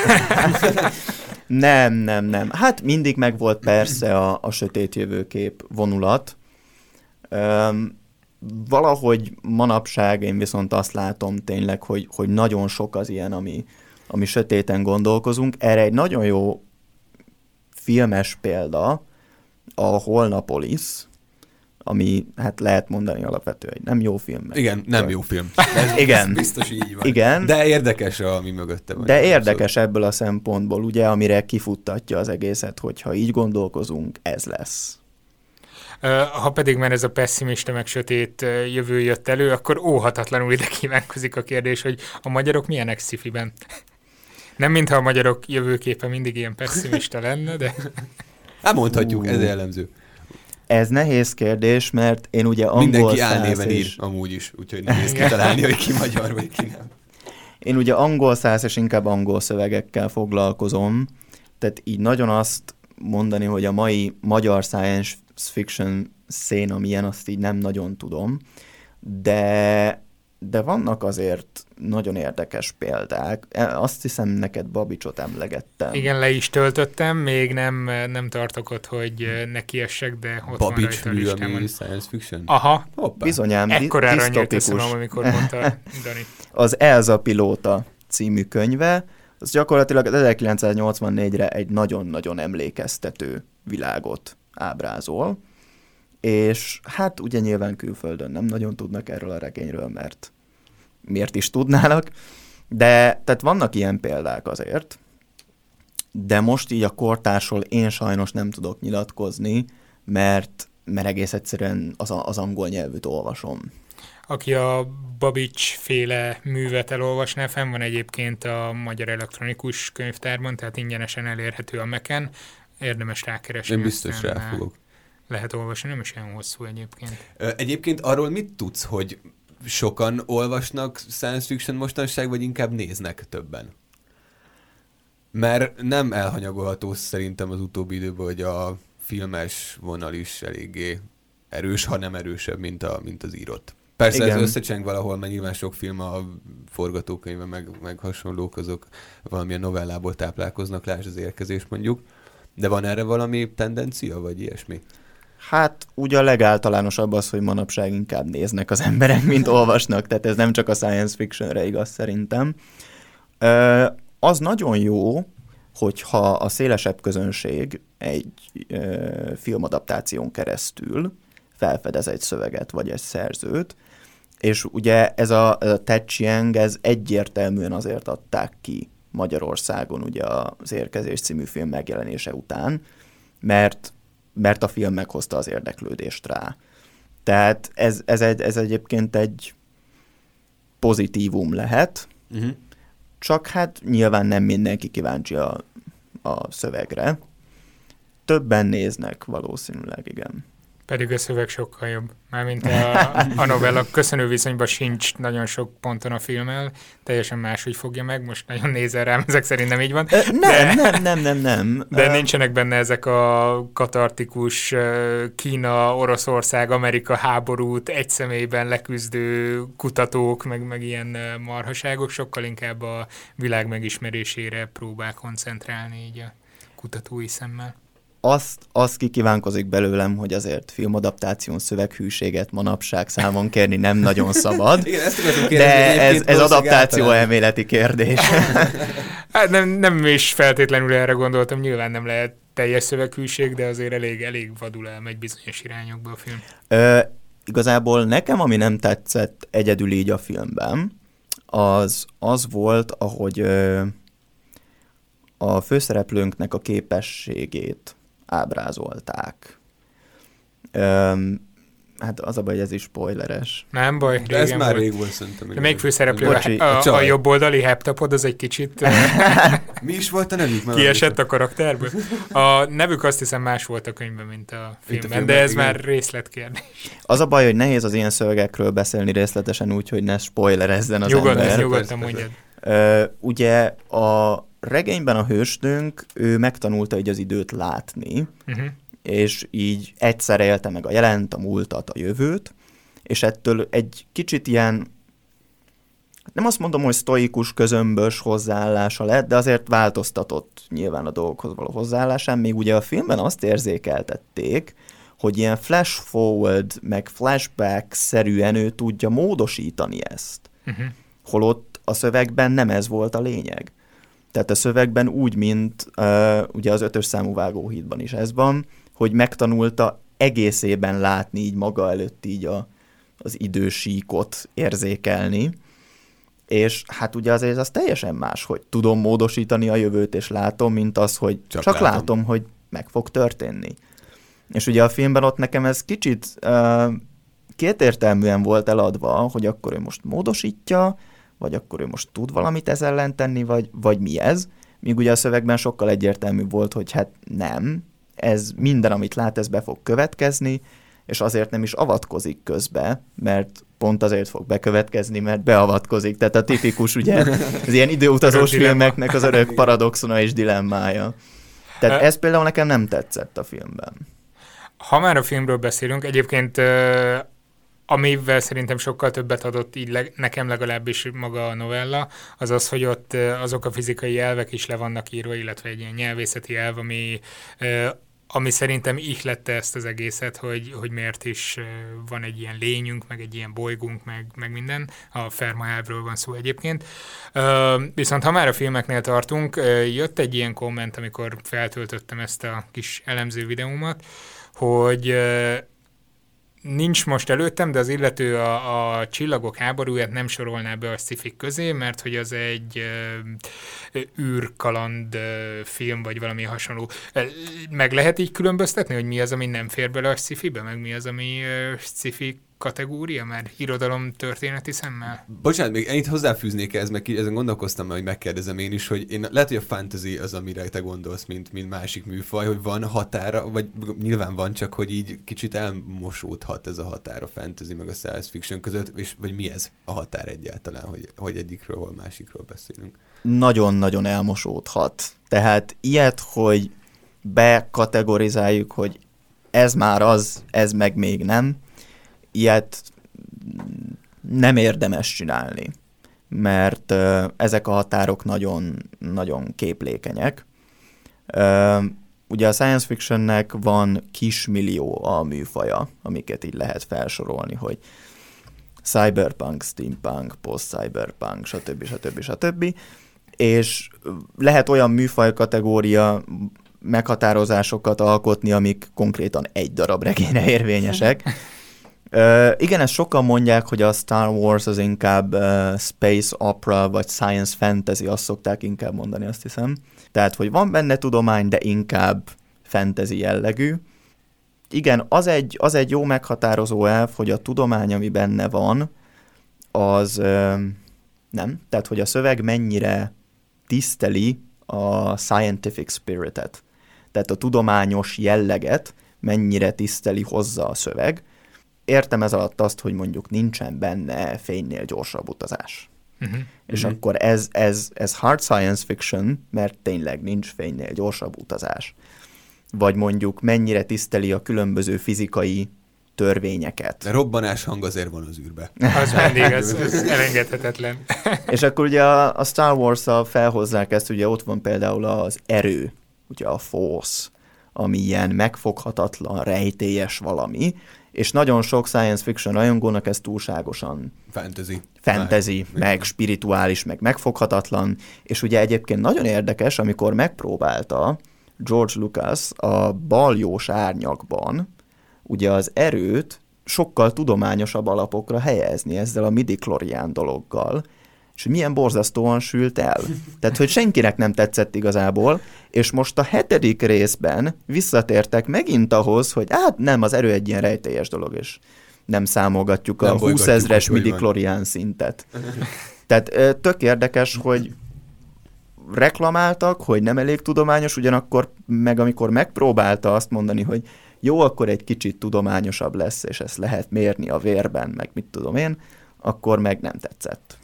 nem, nem, nem. Hát mindig megvolt persze a, a sötét jövőkép vonulat. Üm, valahogy manapság én viszont azt látom tényleg, hogy, hogy nagyon sok az ilyen, ami, ami sötéten gondolkozunk. Erre egy nagyon jó filmes példa a Holnapolis, ami hát lehet mondani alapvetően, hogy nem jó film. Igen, nem jó film. Ez, Igen. Biztos így van. Igen. De érdekes, ami mögötte van. De érdekes szóval. Ebből a szempontból, ugye, amire kifuttatja az egészet, hogyha így gondolkozunk, ez lesz. Ha pedig már ez a pesszimista meg sötét jövő jött elő, akkor óhatatlanul ide kívánkozik a kérdés, hogy a magyarok milyenek sci-fiben? Nem mintha a magyarok jövőképe mindig ilyen pesszimista lenne, de... Hát mondhatjuk, uh. ez jellemző. Ez nehéz kérdés, mert én ugye angol Mindenki álnéven ír, amúgy is, úgyhogy nehéz kitalálni, hogy ki magyar, vagy ki nem. Én ugye angol száz és inkább angol szövegekkel foglalkozom, tehát így nagyon azt mondani, hogy a mai magyar science fiction széna milyen, azt így nem nagyon tudom, de, de vannak azért nagyon érdekes példák. Azt hiszem, neked Babicsot emlegettem. Igen, le is töltöttem, még nem, nem tartok ott, hogy nekiessek, de ott Babics van rajta a listámon. Babics science fiction? Aha. Hoppá. Bizonyám, ekkorára nyílt eszem, amikor mondta Dani. Az Elza Pilóta című könyve, az gyakorlatilag az ezerkilencszáznyolcvannégyre egy nagyon-nagyon emlékeztető világot ábrázol, és hát ugye nyilván külföldön nem nagyon tudnak erről a regényről, mert miért is tudnának, de tehát vannak ilyen példák azért, de most így a kortársról én sajnos nem tudok nyilatkozni, mert, mert egész egyszerűen az, az angol nyelvűt olvasom. Aki a Babics féle művet elolvasná, fenn van egyébként a Magyar Elektronikus Könyvtárban, tehát ingyenesen elérhető a Mac-en, érdemes rákeresni. Én biztos rá fogok. Lehet olvasni, nem is olyan hosszú egyébként. Egyébként arról mit tudsz, hogy sokan olvasnak science fiction mostanság, vagy inkább néznek többen? Mert nem elhanyagolható szerintem az utóbbi időben, hogy a filmes vonal is eléggé erős, ha nem erősebb, mint, a, mint az írott. Persze igen. Ez összecseng valahol, mert nyilván sok film a forgatókönyve, meg, meg hasonlók, azok valamilyen novellából táplálkoznak, lásd az Érkezés mondjuk. De van erre valami tendencia, vagy ilyesmi? Hát ugye a legáltalánosabb az, hogy manapság inkább néznek az emberek, mint olvasnak, tehát ez nem csak a science fictionre igaz szerintem. Ö, az nagyon jó, hogyha a szélesebb közönség egy ö, filmadaptáción keresztül felfedez egy szöveget, vagy egy szerzőt, és ugye ez a, a Ted Chiang, ez egyértelműen azért adták ki Magyarországon ugye az Érkezés című film megjelenése után, mert, mert a film meghozta az érdeklődést rá. Tehát ez, ez, egy, ez egyébként egy pozitívum lehet, uh-huh. csak hát nyilván nem mindenki kíváncsi a, a szövegre. Többen néznek valószínűleg, igen. Pedig a szöveg sokkal jobb. Mármint a, a novella köszönő viszonyban sincs nagyon sok ponton a filmmel, teljesen máshogy fogja meg, most nagyon nézel rám, ezek szerint nem így van. Ö, nem, de, nem, nem, nem, nem. De uh, nincsenek benne ezek a katartikus Kína, Oroszország, Amerika háborút egy személyben leküzdő kutatók, meg, meg ilyen marhaságok, sokkal inkább a világ megismerésére próbál koncentrálni így a kutatói szemmel. Azt, azt kikívánkozik belőlem, hogy azért filmadaptáción szöveghűséget manapság számon kérni nem nagyon szabad. Igen, ezt kérdezni, de ez, ez adaptáció elméleti kérdés. Hát nem, nem is feltétlenül erre gondoltam, nyilván nem lehet teljes szöveghűség, de azért elég, elég vadul elmegy bizonyos irányokba a film. Ö, igazából nekem, ami nem tetszett egyedül így a filmben, az, az volt, ahogy ö, a főszereplőnknek a képességét ábrázolták. Öm, hát az a baj, hogy ez is spoileres. Nem baj, de ez már rég volt szerintem. De még főszereplő, a, a, a jobb oldali heptapod, az egy kicsit... Mi is volt a nevük? Kiesett a karakterből. A nevük azt hiszem más volt a könyvben, mint a filmben, a filmben de ez igen. Már részletkérdés. Az a baj, hogy nehéz az ilyen szövegekről beszélni részletesen úgy, hogy ne spoilerezzen az nyugodtan, ember. Nyugodtan mondjad. Ö, ugye a regényben a hősnőnk, ő megtanulta így az időt látni, uh-huh. és így egyszerre élte meg a jelent, a múltat, a jövőt, és ettől egy kicsit ilyen, nem azt mondom, hogy sztoikus, közömbös hozzáállása lett, de azért változtatott nyilván a dolgokhoz való hozzáállásán. Még ugye a filmben azt érzékeltették, hogy ilyen flash forward, meg flashback-szerűen ő tudja módosítani ezt. Uh-huh. Holott a szövegben nem ez volt a lényeg. Tehát a szövegben úgy, mint uh, ugye az ötös számú Vágóhídban is ez van, hogy megtanulta egészében látni így maga előtt így a, az idősíkot érzékelni, és hát ugye azért az teljesen más, hogy tudom módosítani a jövőt, és látom, mint az, hogy csak, csak látom. látom, hogy meg fog történni. És ugye a filmben ott nekem ez kicsit uh, kétértelműen volt eladva, hogy akkor ő most módosítja, vagy akkor ő most tud valamit ez ellen tenni, vagy, vagy mi ez. Míg ugye a szövegben sokkal egyértelműbb volt, hogy hát nem, ez minden, amit lát, ez be fog következni, és azért nem is avatkozik közbe, mert pont azért fog bekövetkezni, mert beavatkozik. Tehát a tipikus, ugye, az ilyen időutazós filmeknek az örök paradoxona és dilemmája. Tehát ez például nekem nem tetszett a filmben. Ha már a filmről beszélünk, egyébként amivel szerintem sokkal többet adott így le, nekem legalábbis maga a novella, az az, hogy ott azok a fizikai elvek is le vannak írva, illetve egy ilyen nyelvészeti elv, ami, ami szerintem ihlette ezt az egészet, hogy, hogy miért is van egy ilyen lényünk, meg egy ilyen bolygónk, meg, meg minden. A Ferma elvről van szó egyébként. Viszont ha már a filmeknél tartunk, jött egy ilyen komment, amikor feltöltöttem ezt a kis elemző videómat, hogy nincs most előttem, de az illető a, a Csillagok háborúját nem sorolná be a sci-fi közé, mert hogy az egy uh, űrkaland uh, film, vagy valami hasonló. Meg lehet így különböztetni, hogy mi az, ami nem fér bele a sci-fibe, meg mi az, ami uh, sci-fi kategória, már irodalom történeti szemmel? Bocsánat, még ennyit hozzáfűznék ez, meg ezen gondolkoztam, hogy megkérdezem én is, hogy én, lehet, hogy a fantasy az, amire te gondolsz, mint, mint másik műfaj, hogy van határa, vagy nyilván van, csak hogy így kicsit elmosódhat ez a határ a fantasy meg a science fiction között, és vagy mi ez a határ egyáltalán, hogy, hogy egyikről, hol másikról beszélünk? Nagyon-nagyon elmosódhat. Tehát ilyet, hogy bekategorizáljuk, hogy ez már az, ez meg még nem, ilyet nem érdemes csinálni, mert uh, ezek a határok nagyon, nagyon képlékenyek. Uh, ugye a science fictionnek van kismillió a műfaja, amiket így lehet felsorolni, hogy cyberpunk, steampunk, post-cyberpunk, stb. stb. stb. És lehet olyan műfaj kategória meghatározásokat alkotni, amik konkrétan egy darab regényre érvényesek. Uh, igen, ezt sokan mondják, hogy a Star Wars az inkább uh, space opera, vagy science fantasy, azt szokták inkább mondani, azt hiszem. Tehát, hogy van benne tudomány, de inkább fantasy jellegű. Igen, az egy, az egy jó meghatározó elv, hogy a tudomány, ami benne van, az uh, nem. Tehát, hogy a szöveg mennyire tiszteli a scientific spiritet. Tehát a tudományos jelleget mennyire tiszteli hozzá a szöveg. Értem ez alatt azt, hogy mondjuk nincsen benne fénynél gyorsabb utazás. Uh-huh. És uh-huh. akkor ez, ez, ez hard science fiction, mert tényleg nincs fénynél gyorsabb utazás. Vagy mondjuk mennyire tiszteli a különböző fizikai törvényeket. De robbanás hang azért van az űrbe. Az mindig, ez, ez elengedhetetlen. És akkor ugye a, a Star Wars-szal felhozzák ezt, ugye ott van például az erő, ugye a force, ami ilyen megfoghatatlan, rejtélyes valami, és nagyon sok science fiction rajongónak ez túlságosan fantasy, fantasy meg, meg spirituális, meg megfoghatatlan, és ugye egyébként nagyon érdekes, amikor megpróbálta George Lucas a Baljós árnyakban ugye az erőt sokkal tudományosabb alapokra helyezni ezzel a midi-chlorian dologgal, és milyen borzasztóan sült el. Tehát, hogy senkinek nem tetszett igazából, és most a hetedik részben visszatértek megint ahhoz, hogy hát nem, az erő egy ilyen rejtélyes dolog, és nem számolgatjuk nem a húszezres midi-chlorian szintet. Tehát tök érdekes, hogy reklamáltak, hogy nem elég tudományos, ugyanakkor meg amikor megpróbálta azt mondani, hogy jó, akkor egy kicsit tudományosabb lesz, és ezt lehet mérni a vérben, meg mit tudom én, akkor meg nem tetszett.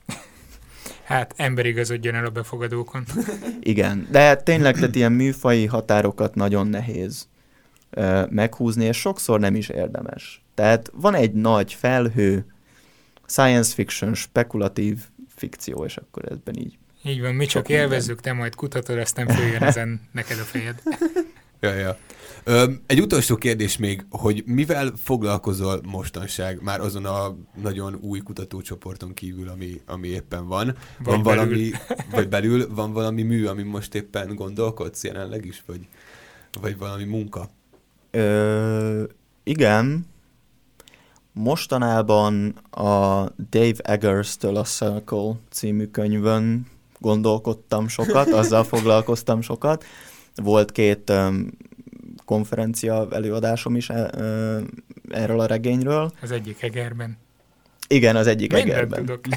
Hát ember igazodjon el a befogadókon. Igen, de tényleg tehát ilyen műfaji határokat nagyon nehéz ö, meghúzni, és sokszor nem is érdemes. Tehát van egy nagy felhő, science fiction, spekulatív fikció, és akkor ezben így. Így van, mi csak élvezzük, te majd kutatod, aztán följön ezen neked a fejed. Ja, ja. Ö, egy utolsó kérdés még, hogy mivel foglalkozol mostanság már azon a nagyon új kutatócsoporton kívül, ami, ami éppen van? Vagy van belül. valami, vagy belül van valami mű, ami most éppen gondolkodsz jelenleg is, vagy, vagy valami munka? Ö, igen. Mostanában a Dave Eggers-től a Circle című könyvön gondolkodtam sokat, azzal foglalkoztam sokat. Volt két um, konferencia előadásom is e, e, erről a regényről. Az egyik Egerben. Igen, az egyik Mindent Egerben. tudok.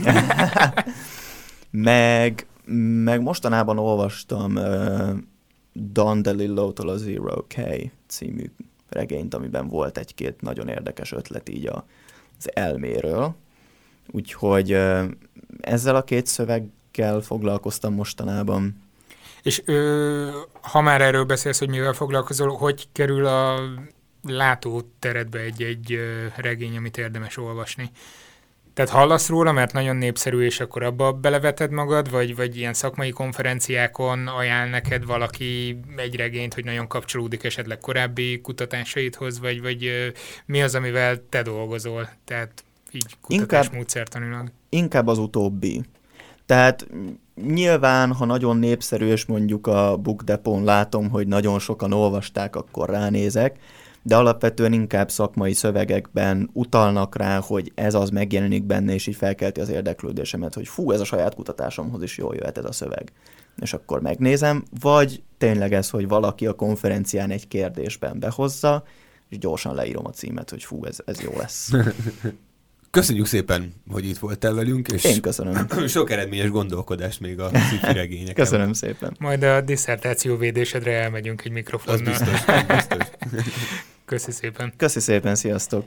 meg, meg mostanában olvastam uh, Don DeLillo-tól a Zero K című regényt, amiben volt egy-két nagyon érdekes ötlet így a, az elméről. Úgyhogy uh, ezzel a két szöveggel foglalkoztam mostanában. És ö, ha már erről beszélsz, hogy mivel foglalkozol, hogy kerül a látóteredbe egy-egy ö, regény, amit érdemes olvasni? Tehát hallasz róla, mert nagyon népszerű, és akkor abba beleveted magad, vagy, vagy ilyen szakmai konferenciákon ajánl neked valaki egy regényt, hogy nagyon kapcsolódik esetleg korábbi kutatásaidhoz, vagy, vagy ö, mi az, amivel te dolgozol? Tehát így kutatás módszertanilag. Inkább az utóbbi. Tehát nyilván, ha nagyon népszerű, és mondjuk a Book Depot-n látom, hogy nagyon sokan olvasták, akkor ránézek, de alapvetően inkább szakmai szövegekben utalnak rá, hogy ez az megjelenik benne, és így felkelti az érdeklődésemet, hogy fú, ez a saját kutatásomhoz is jól jöhet ez a szöveg. És akkor megnézem, vagy tényleg ez, hogy valaki a konferencián egy kérdésben behozza, és gyorsan leírom a címet, hogy fú, ez, ez jó lesz. Köszönjük szépen, hogy itt voltál velünk, és én köszönöm. Sok eredményes gondolkodást még a sci-fi regényeken. Köszönöm szépen. Majd a diszertáció védésedre elmegyünk egy mikrofonnal. Az biztos, az biztos. Köszi szépen. Köszi szépen, sziasztok.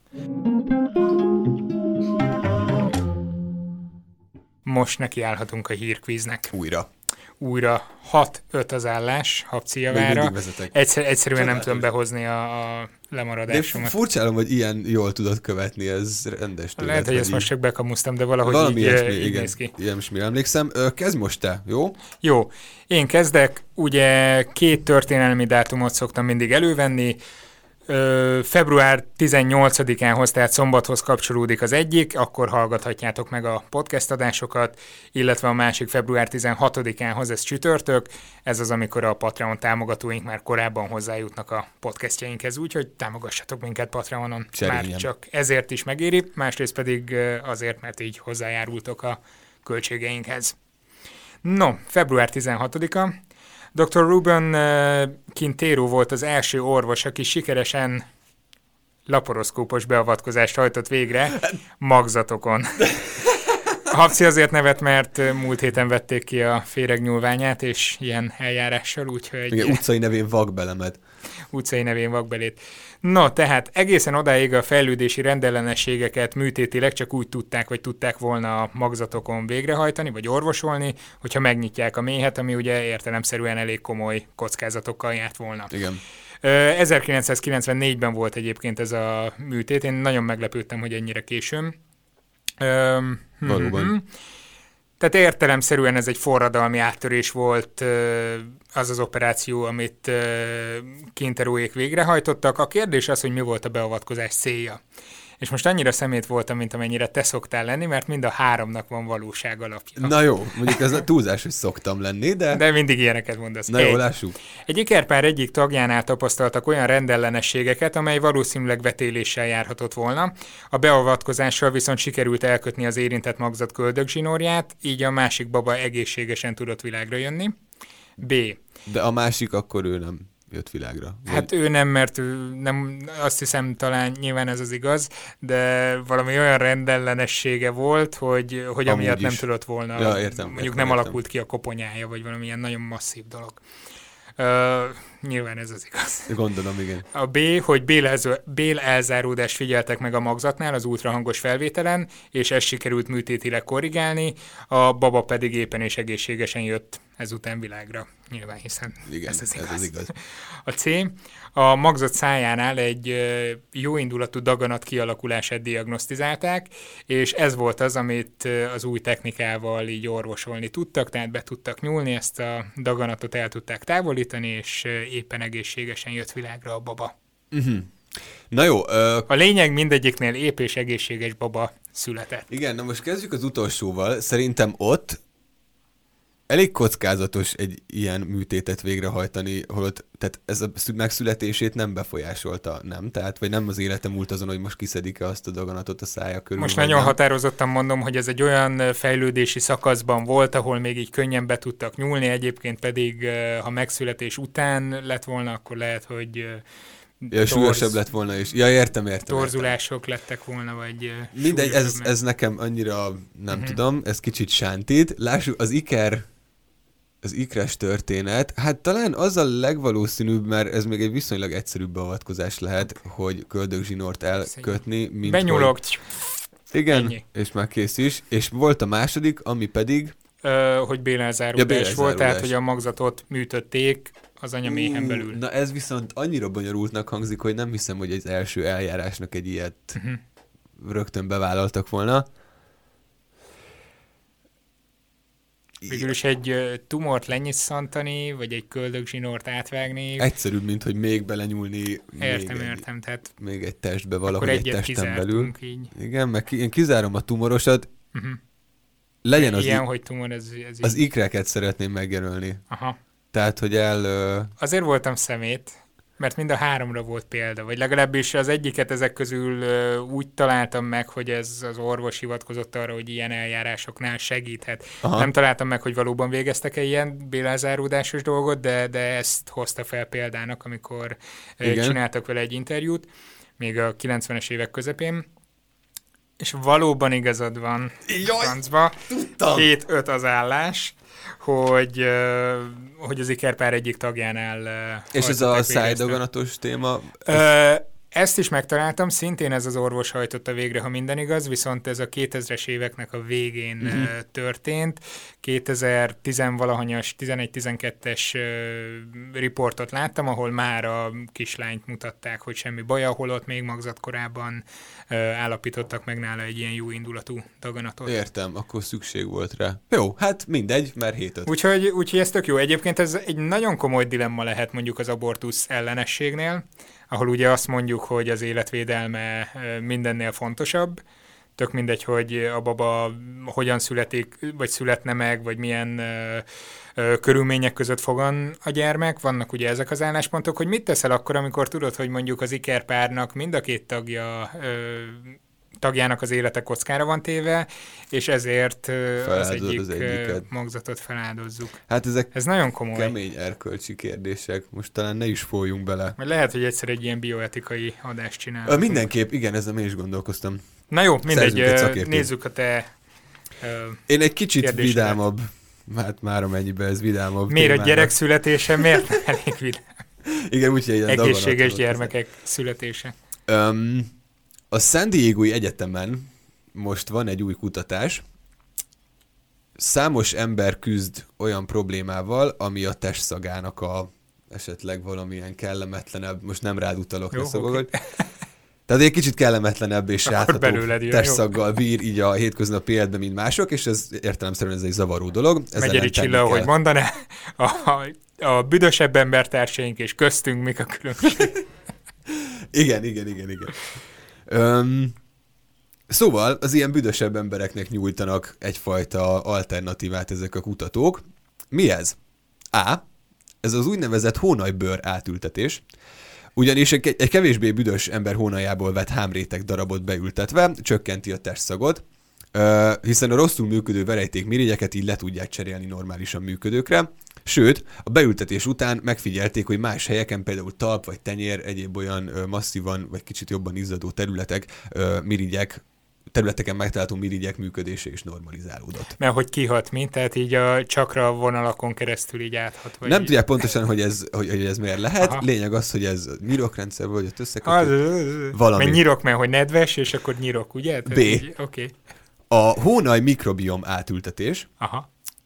Most nekiállhatunk a hírkvíznek. Újra. Újra hat öt az állás, Habcijavára. Egyszer, egyszerűen nem tudom behozni a, a lemaradásomat. De furcsálom, hogy ilyen jól tudod követni, ez rendes tőled. Lehet, hogy ezt így... most csak bekamusztam, de valahogy valami így, ilyesmi, így igen, néz ki. Ilyesmire emlékszem. Kezd most te, jó? Jó. Én kezdek. Ugye két történelmi dátumot szoktam mindig elővenni. Ö, február tizennyolcadikához, tehát szombathoz kapcsolódik az egyik, akkor hallgathatjátok meg a podcast adásokat, illetve a másik február tizenhatodikához, ez csütörtök, ez az, amikor a Patreon támogatóink már korábban hozzájutnak a podcastjainkhez, úgyhogy támogassatok minket Patreonon, Cseréljem. Már csak ezért is megéri, másrészt pedig azért, mert így hozzájárultok a költségeinkhez. No, február tizenhatodika. doktor Ruben Quintero volt az első orvos, aki sikeresen laparoszkópos beavatkozást hajtott végre magzatokon. Habci azért nevet, mert múlt héten vették ki a féregnyúlványát, és ilyen eljárással, úgyhogy... Igen, utcai nevén vakbelemet. Utcai nevén vakbelét. No, tehát egészen odáig a fejlődési rendellenességeket műtétileg csak úgy tudták, vagy tudták volna a magzatokon végrehajtani, vagy orvosolni, hogyha megnyitják a méhet, ami ugye értelemszerűen elég komoly kockázatokkal járt volna. Igen. ezerkilencszázkilencvennégyben volt egyébként ez a műtét, én nagyon meglepődtem, hogy ennyire későn. Valóban. Hmm. Tehát értelemszerűen ez egy forradalmi áttörés volt az az operáció, amit Quinteróék végrehajtottak. A kérdés az, hogy mi volt a beavatkozás célja. És most annyira szemét voltam, mint amennyire te szoktál lenni, mert mind a háromnak van valóság alapja. Na jó, mondjuk ez a túlzás, hogy szoktam lenni, de... De mindig ilyeneket mondasz. Na jó, lássuk. Egy ikerpár egyik tagjánál tapasztaltak olyan rendellenességeket, amely valószínűleg vetéléssel járhatott volna. A beavatkozással viszont sikerült elkötni az érintett magzat köldögzsinórját, így a másik baba egészségesen tudott világra jönni. B. De a másik akkor ő nem jött világra. Vagy... Hát ő nem, mert ő nem, azt hiszem talán nyilván ez az igaz, de valami olyan rendellenessége volt, hogy, hogy amiatt nem tudott volna, ja, értem, mondjuk értem, nem értem. alakult ki a koponyája, vagy valamilyen nagyon masszív dolog. Uh, nyilván ez az igaz. Gondolom, igen. A B, hogy bél-elzáródást figyeltek meg a magzatnál az ultrahangos felvételen, és ezt sikerült műtétileg korrigálni, a baba pedig éppen és egészségesen jött ezután világra, nyilván, hiszen igen, ez az igaz. Ez az igaz. A C. A magzat szájánál egy jóindulatú daganat kialakulását diagnosztizálták, és ez volt az, amit az új technikával így orvosolni tudtak, tehát be tudtak nyúlni, ezt a daganatot el tudták távolítani, és éppen egészségesen jött világra a baba. Uh-huh. Na jó. Uh... A lényeg, mindegyiknél épp és egészséges baba született. Igen, na most kezdjük az utolsóval. Szerintem ott elég kockázatos egy ilyen műtétet végrehajtani, holott, tehát ez a megszületését nem befolyásolta, nem? Tehát, vagy nem az élete múlt azon, hogy most kiszedik-e azt a daganatot a szája körül? Most nagyon nem? határozottan mondom, hogy ez egy olyan fejlődési szakaszban volt, ahol még így könnyen be tudtak nyúlni, egyébként pedig, ha megszületés után lett volna, akkor lehet, hogy ja, súlyosabb lett volna is. Ja, értem, értem. Torzulások értem. lettek volna, vagy... Mindegy, ez, ez nekem annyira, nem uh-huh. tudom, ez kicsit sántít. Lássuk, az iker, az ikres történet, hát talán az a legvalószínűbb, mert ez még egy viszonylag egyszerűbb beavatkozás lehet, hogy köldögzsinort elkötni, mint benyúlok. Hogy... Igen, ennyi. És már kész is. És volt a második, ami pedig... Ö, hogy bélelzáródás ja, volt, tehát hogy a magzatot műtötték az anyaméhen belül. Na ez viszont annyira bonyolultnak hangzik, hogy nem hiszem, hogy az első eljárásnak egy ilyet uh-huh. rögtön bevállaltak volna. Végül is egy tumort lenyisszantani, vagy egy köldögzsinort átvágni. Egyszerűbb, mint hogy még belenyúlni. Értem, még értem. Egy, tehát még egy testbe, valahogy egy testen belül. Így. Igen, meg ki, én kizárom a tumorosat. Uh-huh. Legyen az ilyen, i- hogy tumor, ez, ez az így. ikreket szeretném megjelölni. Aha. Tehát, hogy el... Uh... Azért voltam szemét, mert mind a háromra volt példa, vagy legalábbis az egyiket ezek közül uh, úgy találtam meg, hogy ez az orvos hivatkozott arra, hogy ilyen eljárásoknál segíthet. Aha. Nem találtam meg, hogy valóban végeztek-e ilyen bélezáródásos dolgot, de, de ezt hozta fel példának, amikor uh, csináltak vele egy interjút, még a kilencvenes évek közepén. És valóban igazad van, francba, hét-öt az állás, hogy, hogy az ikerpár egyik tagjánál... És ez a szájdaganatos téma? Ö, ezt is megtaláltam, szintén ez az orvos hajtotta végre, ha minden igaz, viszont ez a kétezres éveknek a végén uh-huh. történt. kétezer-tíz-valahanyas, tizenegy-tizenkettes riportot láttam, ahol már a kislányt mutatták, hogy semmi baja, holott még magzatkorában állapítottak meg nála egy ilyen jó indulatú daganatot. Értem, akkor szükség volt rá. Jó, hát mindegy, mert hét-öt. Úgyhogy, úgyhogy ez tök jó. Egyébként ez egy nagyon komoly dilemma lehet mondjuk az abortusz ellenességnél, ahol ugye azt mondjuk, hogy az életvédelme mindennél fontosabb, tök mindegy, hogy a baba hogyan születik, vagy születne meg, vagy milyen ö, ö, körülmények között fogan a gyermek. Vannak ugye ezek az álláspontok, hogy mit teszel akkor, amikor tudod, hogy mondjuk az ikerpárnak mind a két tagja ö, tagjának az élete kockára van téve, és ezért az egyik az magzatot feláldozzuk. Hát ezek Ez nagyon komoly. Kemény erkölcsi kérdések. Most talán ne is folyjunk bele. Mert lehet, hogy egyszer egy ilyen bioetikai adást csinálunk. Mindenképp, igen, ezzel én is gondolkoztam. Na jó, mindegy, nézzük a te uh, Én egy kicsit vidámabb, hát már amennyiben ez vidámabb. Miért témának. A gyerek születése miért nem elég vidám? Igen, úgyhogy ilyen egészséges gyermekek ezek. Születése. Um, A San Diego-i Egyetemen most van egy új kutatás. Számos ember küzd olyan problémával, ami a testszagának a esetleg valamilyen kellemetlenebb, most nem rád utalok, ne szagolod. Okay. Tehát egy kicsit kellemetlenebb és ráthatóbb testszaggal bír így a hétköznapi életben, mint mások, és ez értelemszerűen ez egy zavaró dolog. Megyeri Csilla, hogy mondaná, a, a, a büdösebb embertársaink és köztünk mik a különbség. igen, igen, igen, igen. Um, szóval az ilyen büdösebb embereknek nyújtanak egyfajta alternatívát ezek a kutatók. Mi ez? A. Ez az úgynevezett hónajbőr átültetés. Ugyanis egy, egy kevésbé büdös ember hónajából vett hámréteg darabot beültetve csökkenti a testszagot, uh, hiszen a rosszul működő verejtékmirigyeket így le tudják cserélni normálisan működőkre. Sőt, a beültetés után megfigyelték, hogy más helyeken, például talp vagy tenyér, egyéb olyan ö, masszívan vagy kicsit jobban izzadó területek, ö, mirigyek, területeken megtalálható mirigyek működése is normalizálódott. Mert hogy kihat, mint? Tehát így a csakra vonalakon keresztül így áthat? Vagy Nem így... tudják pontosan, hogy ez, hogy, hogy ez miért lehet. Aha. Lényeg az, hogy ez nyirokrendszer vagy ott összekötő. Valami. Mert nyirok, mert hogy nedves, és akkor nyirok, ugye? B. Így, okay. A hónaj mikrobiom átültetés. Aha.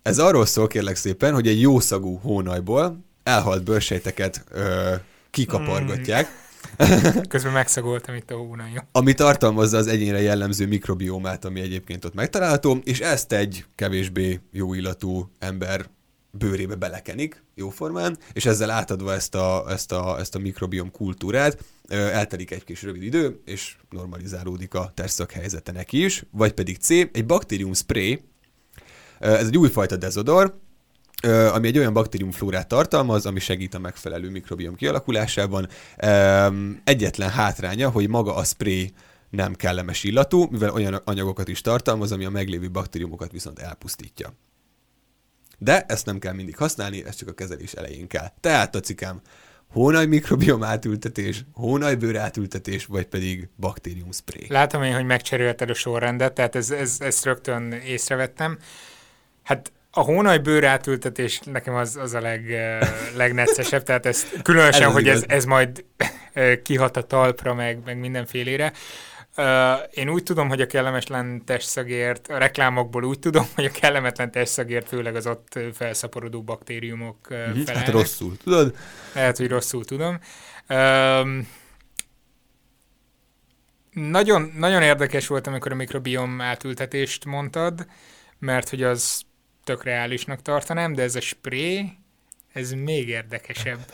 Ez arról szól, kérlek szépen, hogy egy jószagú hónajból elhalt bőrsejteket ö, kikapargatják. Mm. Közben megszagoltam itt a hónajjon. Ami tartalmazza az egyénre jellemző mikrobiómát, ami egyébként ott megtalálható, és ezt egy kevésbé jó illatú ember bőrébe belekenik, jóformán, és ezzel átadva ezt a, ezt a, ezt a mikrobiom kultúrát, eltelik egy kis rövid idő, és normalizálódik a testszak helyzete neki is, vagy pedig C, egy baktérium spray, ez egy újfajta dezodor, ami egy olyan baktériumflórát tartalmaz, ami segít a megfelelő mikrobiom kialakulásában. Egyetlen hátránya, hogy maga a spray nem kellemes illatú, mivel olyan anyagokat is tartalmaz, ami a meglévő baktériumokat viszont elpusztítja. De ezt nem kell mindig használni, ez csak a kezelés elején kell. Tehát, Tacikám, hónaj mikrobiom átültetés, hónajbőr átültetés, vagy pedig baktérium spray. Látom én, hogy megcserélted a sorrendet, tehát ez, ez, ezt rögtön észrevettem. Hát a hónajbőr átültetés nekem az, az a leg, legneccesebb, tehát ez különösen, ez hogy ez, ez majd kihat a talpra, meg, meg mindenfélére. Uh, én úgy tudom, hogy a kellemetlen testszagért, a reklámokból úgy tudom, hogy a kellemetlen testszagért főleg az ott felszaporodó baktériumok uh, mm-hmm. felelnek. Hát rosszul, tudod? Lehet, hogy rosszul tudom. Uh, nagyon, nagyon érdekes volt, amikor a mikrobiom átültetést mondtad, mert hogy az tök reálisnak tartanám, de ez a spray, ez még érdekesebb.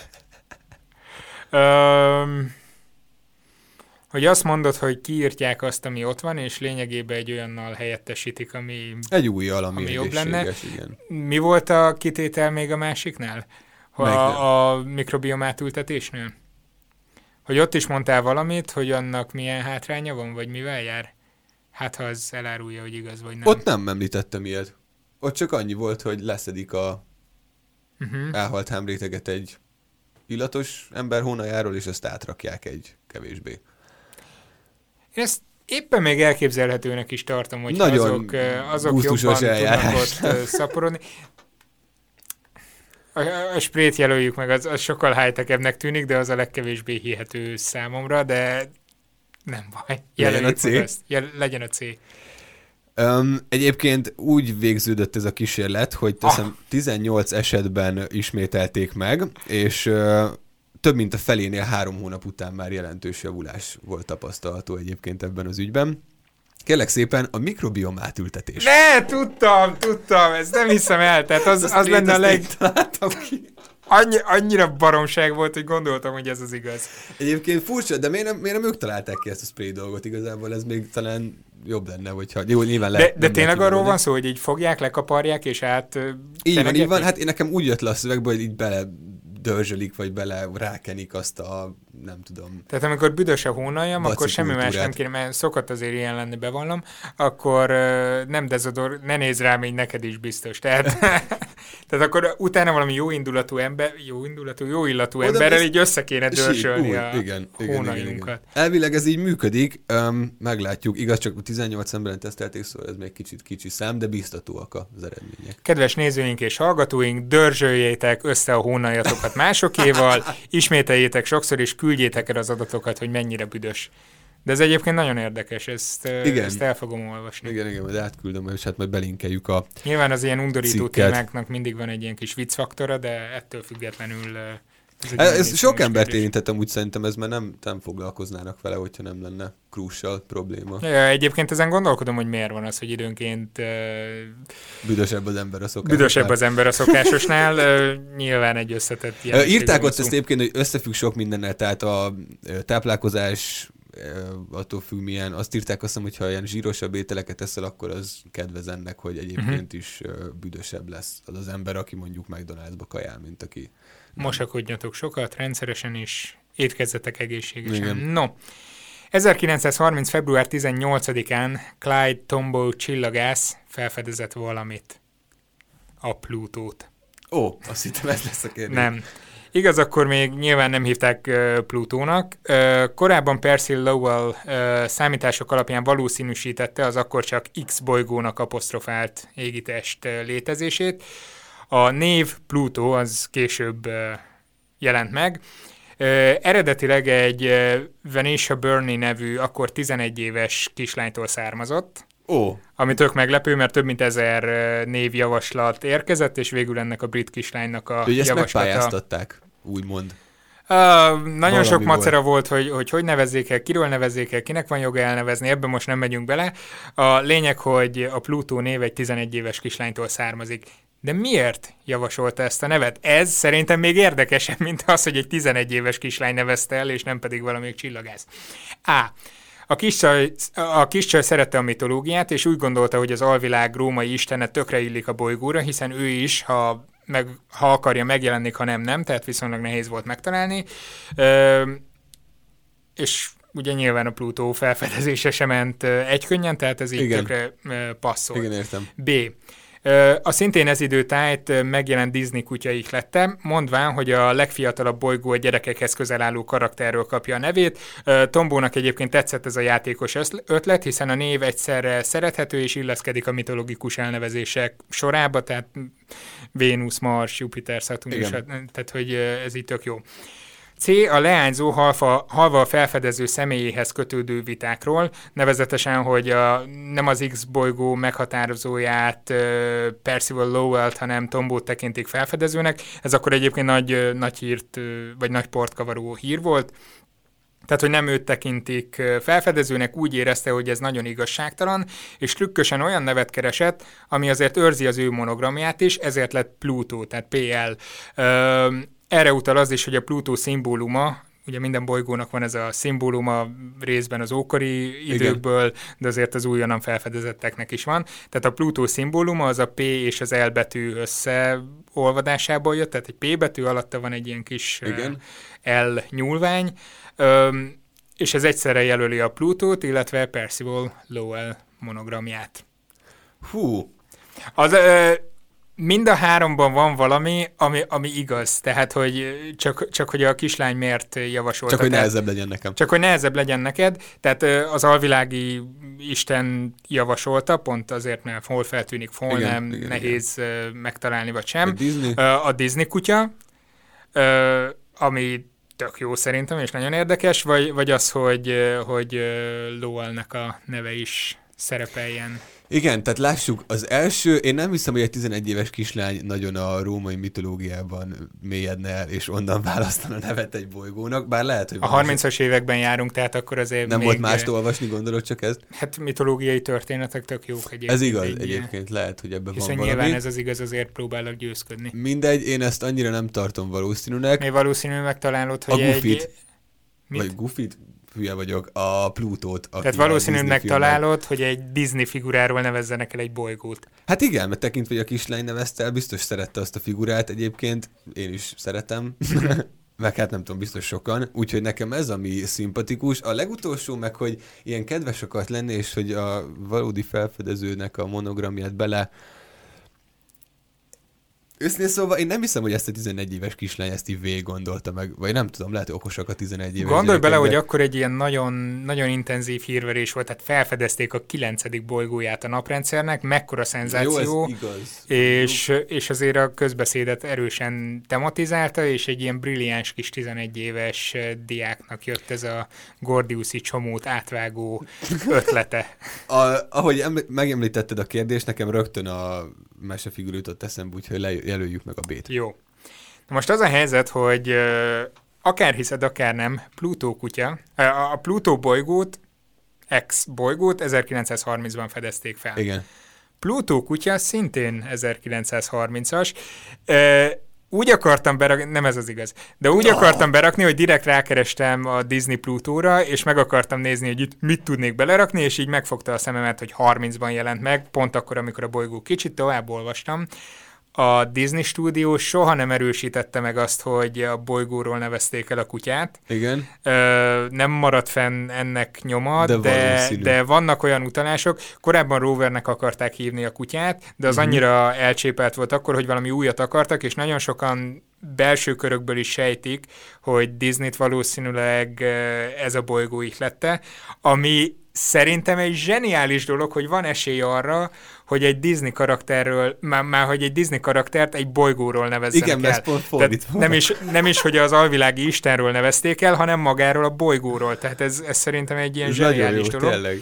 uh, Hogy azt mondod, hogy kiírtják azt, ami ott van, és lényegében egy olyannal helyettesítik, ami, egy újjal, ami, ami jobb lenne. Igen. Mi volt a kitétel még a másiknál? A, a mikrobiom átültetésnél? Hogy ott is mondtál valamit, hogy annak milyen hátránya van, vagy mivel jár? Hát, ha az elárulja, hogy igaz, vagy nem. Ott nem említettem ilyet. Ott csak annyi volt, hogy leszedik a uh-huh. elhalt hámréteget egy illatos ember hónajáról, és azt átrakják egy kevésbé. Én ezt éppen még elképzelhetőnek is tartom, hogy azok, azok jobban tudnak ott szaporodni. A, a sprayt jelöljük meg, az, az sokkal high-techebbnek tűnik, de az a legkevésbé hihető számomra, de nem baj. Jelöljük meg azt. Jel, legyen a C. Um, egyébként úgy végződött ez a kísérlet, hogy teszem, ah. tizennyolc esetben ismételték meg, és uh, több mint a felénél három hónap után már jelentős javulás volt tapasztalható egyébként ebben az ügyben. Kérlek szépen, a mikrobiom átültetés. Ne, tudtam, tudtam, ezt nem hiszem el, tehát az, az, az lenne a leg... Annyi, annyira baromság volt, hogy gondoltam, hogy ez az igaz. Egyébként furcsa, de miért nem, miért nem ők találták ki ezt a spray dolgot igazából? Ez még talán jobb lenne, hogyha... Jó, nyilván lehet. De, de tényleg arról mondani. Van szó, hogy így fogják, lekaparják, és át... Így van, így van. Hát én nekem úgy jött le a szövegbe, hogy így bele dörzsölik, vagy bele rákenik azt a, nem tudom... Tehát amikor büdös a hónaljam, akkor semmi más nem kéne, mert szokott azért ilyen lenni, bevallom, akkor uh, nem dezodor, ne nézz rám, így neked is biztos. Tehát, tehát akkor utána valami jó indulatú ember, jó indulatú, jó illatú Oda emberrel ez... így össze kéne dörzsölni sí, a igen, hónaljunkat. Elvileg ez így működik, um, meglátjuk, igaz, csak tizennyolc emberen tesztelték, szóval ez még kicsit kicsi szám, de biztatóak az eredmények. Kedves nézőink és hallgatóink, dörzsöljétek össze a hónaljatokat másokéval, ismételjétek sokszor, és küldjétek el az adatokat, hogy mennyire büdös. De ez egyébként nagyon érdekes, ezt, ezt el fogom olvasni. Igen, igen, majd átküldöm, és hát majd belinkeljük a Nyilván az ilyen undorító cikket. Témáknak mindig van egy ilyen kis viccfaktora, de ettől függetlenül... Ez, ez sok embert érintettem, úgy szerintem ez már nem, nem foglalkoznának vele, hogyha nem lenne crucial probléma. Ja, egyébként ezen gondolkodom, hogy miért van az, hogy időnként... Uh, büdösebb az ember a szokásosnál. Büdösebb az ember a szokásosnál, uh, nyilván egy összetett jelenség. Írták ott ezt egyébként, hogy összefügg sok mindennel, tehát a táplálkozás, attól függ milyen, azt írták azt hiszem, hogy ha ilyen zsírosabb ételeket eszel, akkor az kedvez ennek, hogy egyébként uh-huh. is büdösebb lesz az az ember, aki mondjuk McDonald'sba kajál, mint aki... Mosakodjatok sokat, rendszeresen is, étkezzetek egészségesen. Igen. No, ezerkilencszázharminc. február tizennyolcadikán Clyde Tombaugh csillagász felfedezett valamit. A Plutót. Ó, azt hittem ez lesz a kérdés. Nem. Igaz, akkor még nyilván nem hívták uh, Plutónak. Uh, korábban Percy Lowell uh, számítások alapján valószínűsítette az akkor csak X bolygónak apostrofált égitest uh, létezését. A név Pluto az később uh, jelent meg. Uh, eredetileg egy uh, Venetia Burney nevű, akkor tizenegy éves kislánytól származott. Ó. Ami tök meglepő, mert több mint ezer névjavaslat érkezett, és végül ennek a brit kislánynak a Ő javaslata... ezt megpályáztatták, úgymond. Uh, nagyon Valami sok macera volt, volt, hogy, hogy hogy nevezzék el, kiről nevezzék el, kinek van joga elnevezni, ebben most nem megyünk bele. A lényeg, hogy a Plutó név egy tizenegy éves kislánytól származik. De miért javasolta ezt a nevet? Ez szerintem még érdekesebb, mint az, hogy egy tizenegy éves kislány nevezte el, és nem pedig valamelyik csillagász. A. A kiscsaj, a kiscsaj szerette a mitológiát, és úgy gondolta, hogy az alvilág római istene tökre illik a bolygóra, hiszen ő is, ha, meg, ha akarja, megjelenik, ha nem, nem, tehát viszonylag nehéz volt megtalálni. Ö, és ugye nyilván a Plutó felfedezése sem ment egykönnyen, tehát ez így Igen. tökre passzol. Igen, értem. B. A szintén ez időtájt megjelent Disney kutya ihlette, mondván, hogy a legfiatalabb bolygó a gyerekekhez közel álló karakterről kapja a nevét. Tombónak egyébként tetszett ez a játékos ötlet, hiszen a név egyszerre szerethető és illeszkedik a mitológikus elnevezések sorába, tehát Vénusz, Mars, Jupiter, Saturnus, tehát hogy ez így tök jó. C. A leányzó halva, halva a felfedező személyéhez kötődő vitákról, nevezetesen, hogy a, nem az X bolygó meghatározóját uh, Percival Lowell-t, hanem Tombót tekintik felfedezőnek. Ez akkor egyébként nagy, nagy hírt, vagy nagy portkavaró hír volt. Tehát, hogy nem őt tekintik felfedezőnek, úgy érezte, hogy ez nagyon igazságtalan, és trükkösen olyan nevet keresett, ami azért őrzi az ő monogramját is, ezért lett Plutó, tehát pé el. Uh, Erre utal az is, hogy a Plutó szimbóluma, ugye minden bolygónak van ez a szimbóluma részben az ókori időkből, igen, de azért az újonnan felfedezetteknek is van. Tehát a Plutó szimbóluma az a P és az L betű összeolvadásából jött, tehát egy P betű alatta van egy ilyen kis igen. L nyúlvány, és ez egyszerre jelöli a Plutót, illetve Percival Lowell monogramját. Hú! Az... Mind a háromban van valami, ami, ami igaz. Tehát, hogy csak, csak hogy a kislány miért javasolta. Csak, hogy tehát, nehezebb legyen nekem. Csak, hogy nehezebb legyen neked. Tehát az alvilági isten javasolta, pont azért, mert hol feltűnik, hol igen, nem, igen, igen. nehéz megtalálni, vagy sem. A Disney, a Disney kutya, ami tök jó szerintem, és nagyon érdekes, vagy, vagy az, hogy, hogy Lowell-nek a neve is szerepeljen. Igen, tehát lássuk, az első, én nem hiszem, hogy egy tizenegy éves kislány nagyon a római mitológiában mélyedne el, és onnan választana nevet egy bolygónak, bár lehet, hogy... A harmincas években járunk, tehát akkor azért nem még... volt mást olvasni, gondolod csak ezt? Hát mitológiai történetek tök jók egyébként. Ez igaz, egy, egyébként lehet, hogy ebben van valami. Hiszen nyilván ez az igaz, azért próbálok győzködni. Mindegy, én ezt annyira nem tartom valószínűnek. Mi valószínűleg megtalálod, hogy a egy... Goofy-t, vagy Goofy-t? Hülye vagyok, a Plutót. Tehát valószínűleg megtalálod, hogy egy Disney figuráról nevezzenek el egy bolygót. Hát igen, mert tekintve, hogy a kislány nevezte el, biztos szerette azt a figurát egyébként, én is szeretem, meg hát nem tudom, biztos sokan, úgyhogy nekem ez, ami szimpatikus. A legutolsó meg, hogy ilyen kedves akart lenni, és hogy a valódi felfedezőnek a monogramját bele... Őszintén szóval én nem hiszem, hogy ezt a tizenegy éves kislány ezt így végig gondolta meg, vagy nem tudom, lehet, hogy okosak a tizenegy éves Gondolj bele, de... hogy akkor egy ilyen nagyon, nagyon intenzív hírverés volt, tehát felfedezték a kilencedik bolygóját a naprendszernek, mekkora szenzáció, jó, ez igaz. És, és azért a közbeszédet erősen tematizálta, és egy ilyen brilliáns kis tizenegy éves diáknak jött ez a gordiuszi csomót átvágó ötlete. A, ahogy eml- megemlítetted a kérdést, nekem rögtön a mesefigura jutott eszembe, úgyhogy lejelöljük meg a B-t. Jó. Na most az a helyzet, hogy uh, akár hiszed, akár nem, Plutó kutya, uh, a Plutó bolygót, X bolygót ezerkilencszázharmincban fedezték fel. Igen. Plutó kutya szintén ezerkilencszázharmincas. Uh, úgy akartam berakni, nem ez az igaz, de úgy oh. akartam berakni, hogy direkt rákerestem a Disney Plutóra, és meg akartam nézni, hogy itt mit tudnék belerakni, és így megfogta a szememet, hogy harmincban jelent meg, pont akkor, amikor a bolygó kicsit tovább olvastam. A Disney stúdió soha nem erősítette meg azt, hogy a bolygóról nevezték el a kutyát. Igen. Ö, nem maradt fenn ennek nyoma, de, de, de vannak olyan utalások. Korábban Rovernek akarták hívni a kutyát, de az uh-huh. annyira elcsépelt volt akkor, hogy valami újat akartak, és nagyon sokan belső körökből is sejtik, hogy Disneyt valószínűleg ez a bolygó ihlette, ami szerintem egy zseniális dolog, hogy van esély arra, hogy egy Disney karakterről, már, már hogy egy Disney karaktert egy bolygóról nevezzenek igen, el. Ez pont fordítva. Nem is, nem is, hogy az alvilági istenről nevezték el, hanem magáról a bolygóról. Tehát ez, ez szerintem egy ilyen ez zseniális jó, dolog. Tényleg.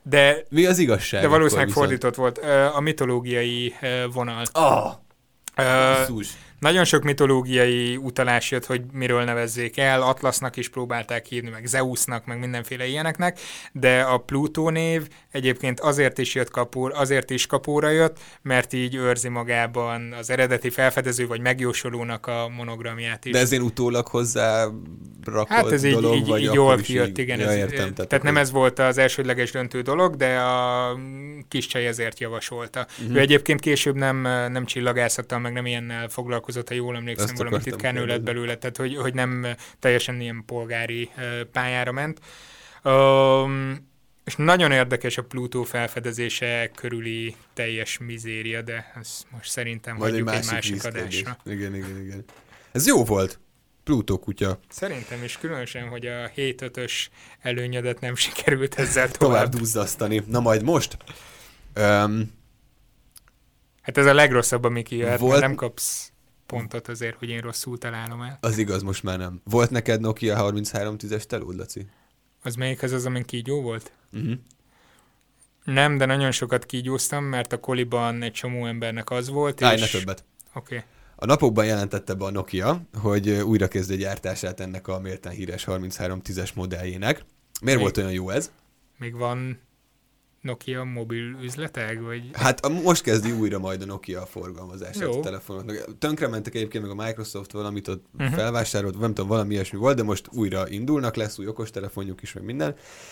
De, mi az igazság? De valószínűleg fordított volt. A mitológiai vonal. Ah! Uh, Nagyon sok mitológiai utalás jött, hogy miről nevezzék el, Atlasznak is próbálták hívni, meg Zeusnak, meg mindenféle ilyeneknek, de a Plutó név egyébként azért is jött kapóra, azért is kapóra jött, mert így őrzi magában az eredeti felfedező vagy megjósolónak a monogramját is. De ez én utólag hozzá rakott hát ez dolog, így, így, vagy így akkor jól is kijött, így... igen. Ja, ez, értem, tehát tehát tehát nem akkor... ez volt az elsődleges döntő dolog, de a kis csaj ezért javasolta. Uh-huh. Ő egyébként később nem, nem csillagászattal, meg nem ilyennel foglalkozott, ha jól emlékszem, Ezt valami titkán ő lett belőle, tehát hogy, hogy nem teljesen ilyen polgári uh, pályára ment. Um, és nagyon érdekes a Plutó felfedezése körüli teljes mizéria, de ezt most szerintem majd hagyjuk egy, egy másik, másik adásra. Igen, igen, igen. Ez jó volt. Plutó kutya. Szerintem is különösen, hogy a hét ötös előnyedet nem sikerült ezzel tovább. Tovább duzzasztani. Na majd most. Um, hát ez a legrosszabb, ami kijöhet, volt... nem kapsz pontot azért, hogy én rosszul találom el. Az igaz, most már nem. Volt neked Nokia harminchárom tízes telód, Laci? Az melyik az az, amin kígyó volt? Uh-huh. Nem, de nagyon sokat kígyóztam, mert a koliban egy csomó embernek az volt. Állj, és... ne többet. Oké. Okay. A napokban jelentette be a Nokia, hogy újra kezd a gyártását ennek a méltán híres harminchárom tízes modelljének. Miért még, volt olyan jó ez? Még van Nokia mobil üzletek? Vagy... Hát a, most kezdi újra majd a Nokia a forgalmazását a telefonoknak. Tönkrementek egyébként meg a Microsoft valamit ott uh-huh. felvásárolt, nem tudom, valami ilyesmi volt, de most újra indulnak, lesz új okostelefonjuk is, meg minden.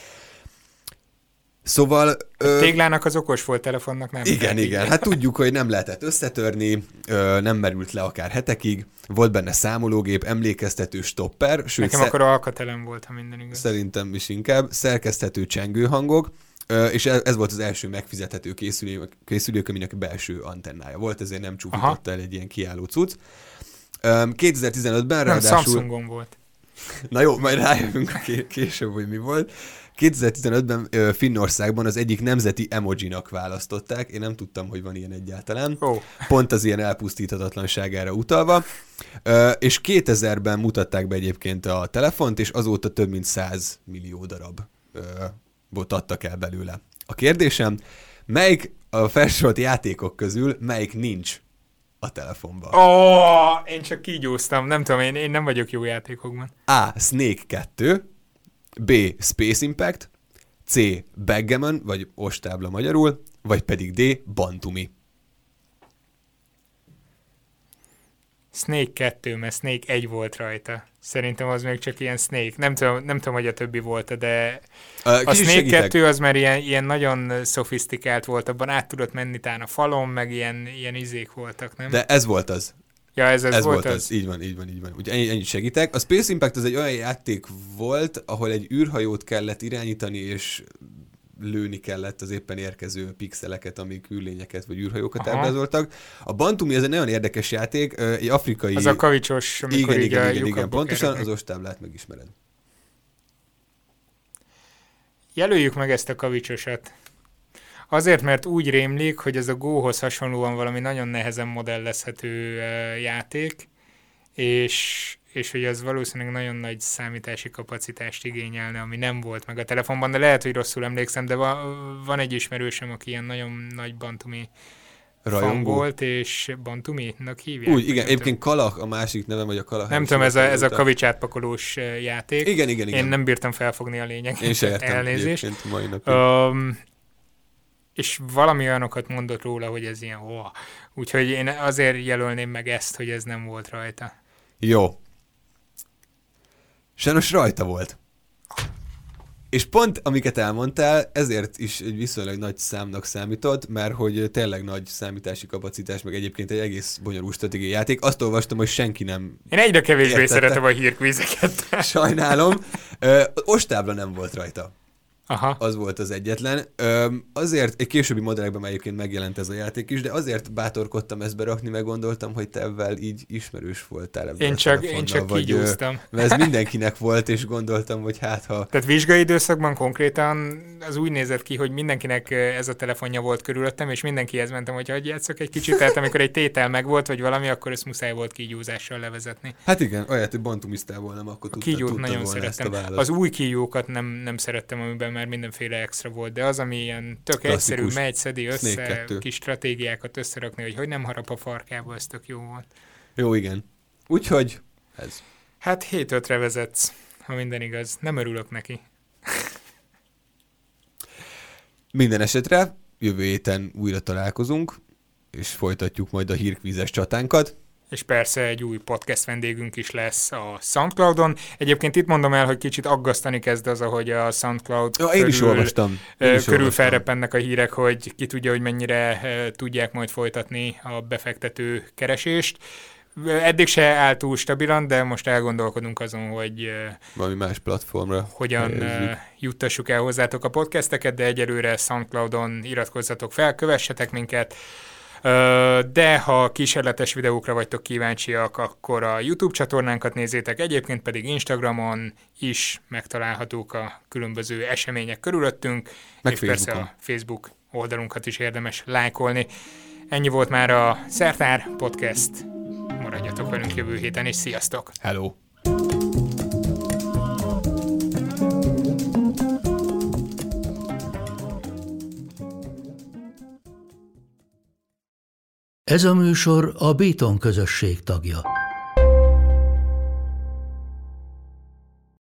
Szóval... Ö... Téglának az okos volt, telefonnak nem. Igen, igen. Így. Hát tudjuk, hogy nem lehetett összetörni, ö, nem merült le akár hetekig, volt benne számológép, emlékeztető stopper. Sőt, Nekem szer... akkor alkatelem volt, ha minden igaz. Szerintem is inkább. Szerkeszthető csengőhangok, ö, és ez volt az első megfizethető készülék, készülék, aminek belső antennája volt, ezért nem csúfította el egy ilyen kiálló cucc. Ö, kétezer-tizenötben nem, ráadásul... Samsungon volt. Na jó, majd rájövünk később, hogy mi volt. kétezer-tizenötben Finnországban az egyik nemzeti emojinak választották. Én nem tudtam, hogy van ilyen egyáltalán. Oh. Pont az ilyen elpusztíthatatlanságára utalva. És kétezerben mutatták be egyébként a telefont, és azóta több mint száz millió darab bot adtak el belőle. A kérdésem, melyik a felsorolt játékok közül, melyik nincs a telefonban? Oh, én csak kígyóztam. Nem tudom, én, én nem vagyok jó játékokban. A. Snake kettő, B. Space Impact, C. Backgammon, vagy ostábla magyarul, vagy pedig D. Bantumi. Snake kettő, mert Snake egy volt rajta. Szerintem az még csak ilyen Snake. Nem tudom, nem tudom hogy a többi volt, de a, a Snake kettő az már ilyen, ilyen nagyon szofisztikált volt, abban át tudott menni tán a falon, meg ilyen, ilyen izék voltak, nem? De ez volt az. Ja, ez, ez, ez volt, volt az. az. Így van, így van, így van. Ugye ennyi, ennyit segítek. A Space Impact az egy olyan játék volt, ahol egy űrhajót kellett irányítani, és lőni kellett az éppen érkező pixeleket, amik űrlényeket vagy űrhajókat ábrázoltak. A Bantumi ez egy nagyon érdekes játék, egy afrikai... Az a kavicsos, amikor igen, így igen, a igen, igen, pontosan, kerülnek. Az ostáblát megismered. Jelöljük meg ezt a kavicsosat. Azért, mert úgy rémlik, hogy ez a Go-hoz hasonlóan valami nagyon nehezen modellezhető játék, és, és hogy ez valószínűleg nagyon nagy számítási kapacitást igényelne, ami nem volt meg a telefonban, de lehet, hogy rosszul emlékszem, de va, van egy ismerősöm, aki ilyen nagyon nagy Bantumi fan volt, és Bantuminak hívják. Úgy, igen, egyébként Kalah a másik neve, vagy a Kalah. Nem tudom, ez a, ez a kavicsátpakolós játék. Igen, igen, igen. Én nem bírtam felfogni a lényeget. Én se értem. Elnézést. Mai um, és valami olyanokat mondott róla, hogy ez ilyen oh. Úgyhogy én azért jelölném meg ezt, hogy ez nem volt rajta. Jó. Sajnos rajta volt. És pont, amiket elmondtál, ezért is egy viszonylag nagy számnak számított, mert hogy tényleg nagy számítási kapacitás, meg egyébként egy egész bonyolult stratégiai játék. Azt olvastam, hogy senki nem Én egyre kevésbé értette. Szeretem a hírkvízeket. Sajnálom. Ö, ostábla nem volt rajta. Aha. Az volt az egyetlen. Ö, azért, egy későbbi modellekben egyébként megjelent ez a játék is, de azért bátorkodtam ezt berakni, meg gondoltam, hogy te ebben így ismerős voltál ebben. Én csak, én csak kígyóztam. Mert ez mindenkinek volt, és gondoltam, hogy hát ha... Tehát vizsgai időszakban konkrétan az úgy nézett ki, hogy mindenkinek ez a telefonja volt körülöttem, és mindenkihez mentem, hogy hagyj játszok egy kicsit, tehát amikor egy tétel megvolt, vagy valami, akkor ezt muszáj volt kígyózással levezetni. Hát igen, olyat, hogy bantumisztál volna, akkor tudta, kígyót tudta nagyon volna szerettem. ezt a választ. Az új kígyókat nem, nem szerettem, amiben már mindenféle extra volt, de az, ami ilyen tök egyszerű, megy, szedi össze, kis stratégiákat összerakni, hogy hogy nem harap a farkába, ez tök jó volt. Jó, igen. Úgyhogy ez. Hát hét ötre vezetsz, ha minden igaz. Nem örülök neki. Minden esetre jövő héten újra találkozunk, és folytatjuk majd a hírkvízes csatánkat. És persze egy új podcast vendégünk is lesz a SoundCloudon. Egyébként itt mondom el, hogy kicsit aggasztani kezd az, ahogy a SoundCloud ja, körül, is olvastam. Én is körül felreppennek a hírek, hogy ki tudja, hogy mennyire tudják majd folytatni a befektető keresést. Eddig se állt túl stabilan, de most elgondolkodunk azon, hogy valami más platformra hogyan helyezzük. Juttassuk el hozzátok a podcasteket, de egyelőre SoundCloudon iratkozzatok fel, kövessetek minket, de ha kísérletes videókra vagytok kíváncsiak, akkor a YouTube csatornánkat nézzétek, egyébként pedig Instagramon is megtalálhatók a különböző események körülöttünk, meg és Facebookon. Persze a Facebook oldalunkat is érdemes lájkolni. Ennyi volt már a Szertár Podcast. Maradjatok velünk jövő héten, és sziasztok! Hello! Ez a műsor a Béton közösség tagja.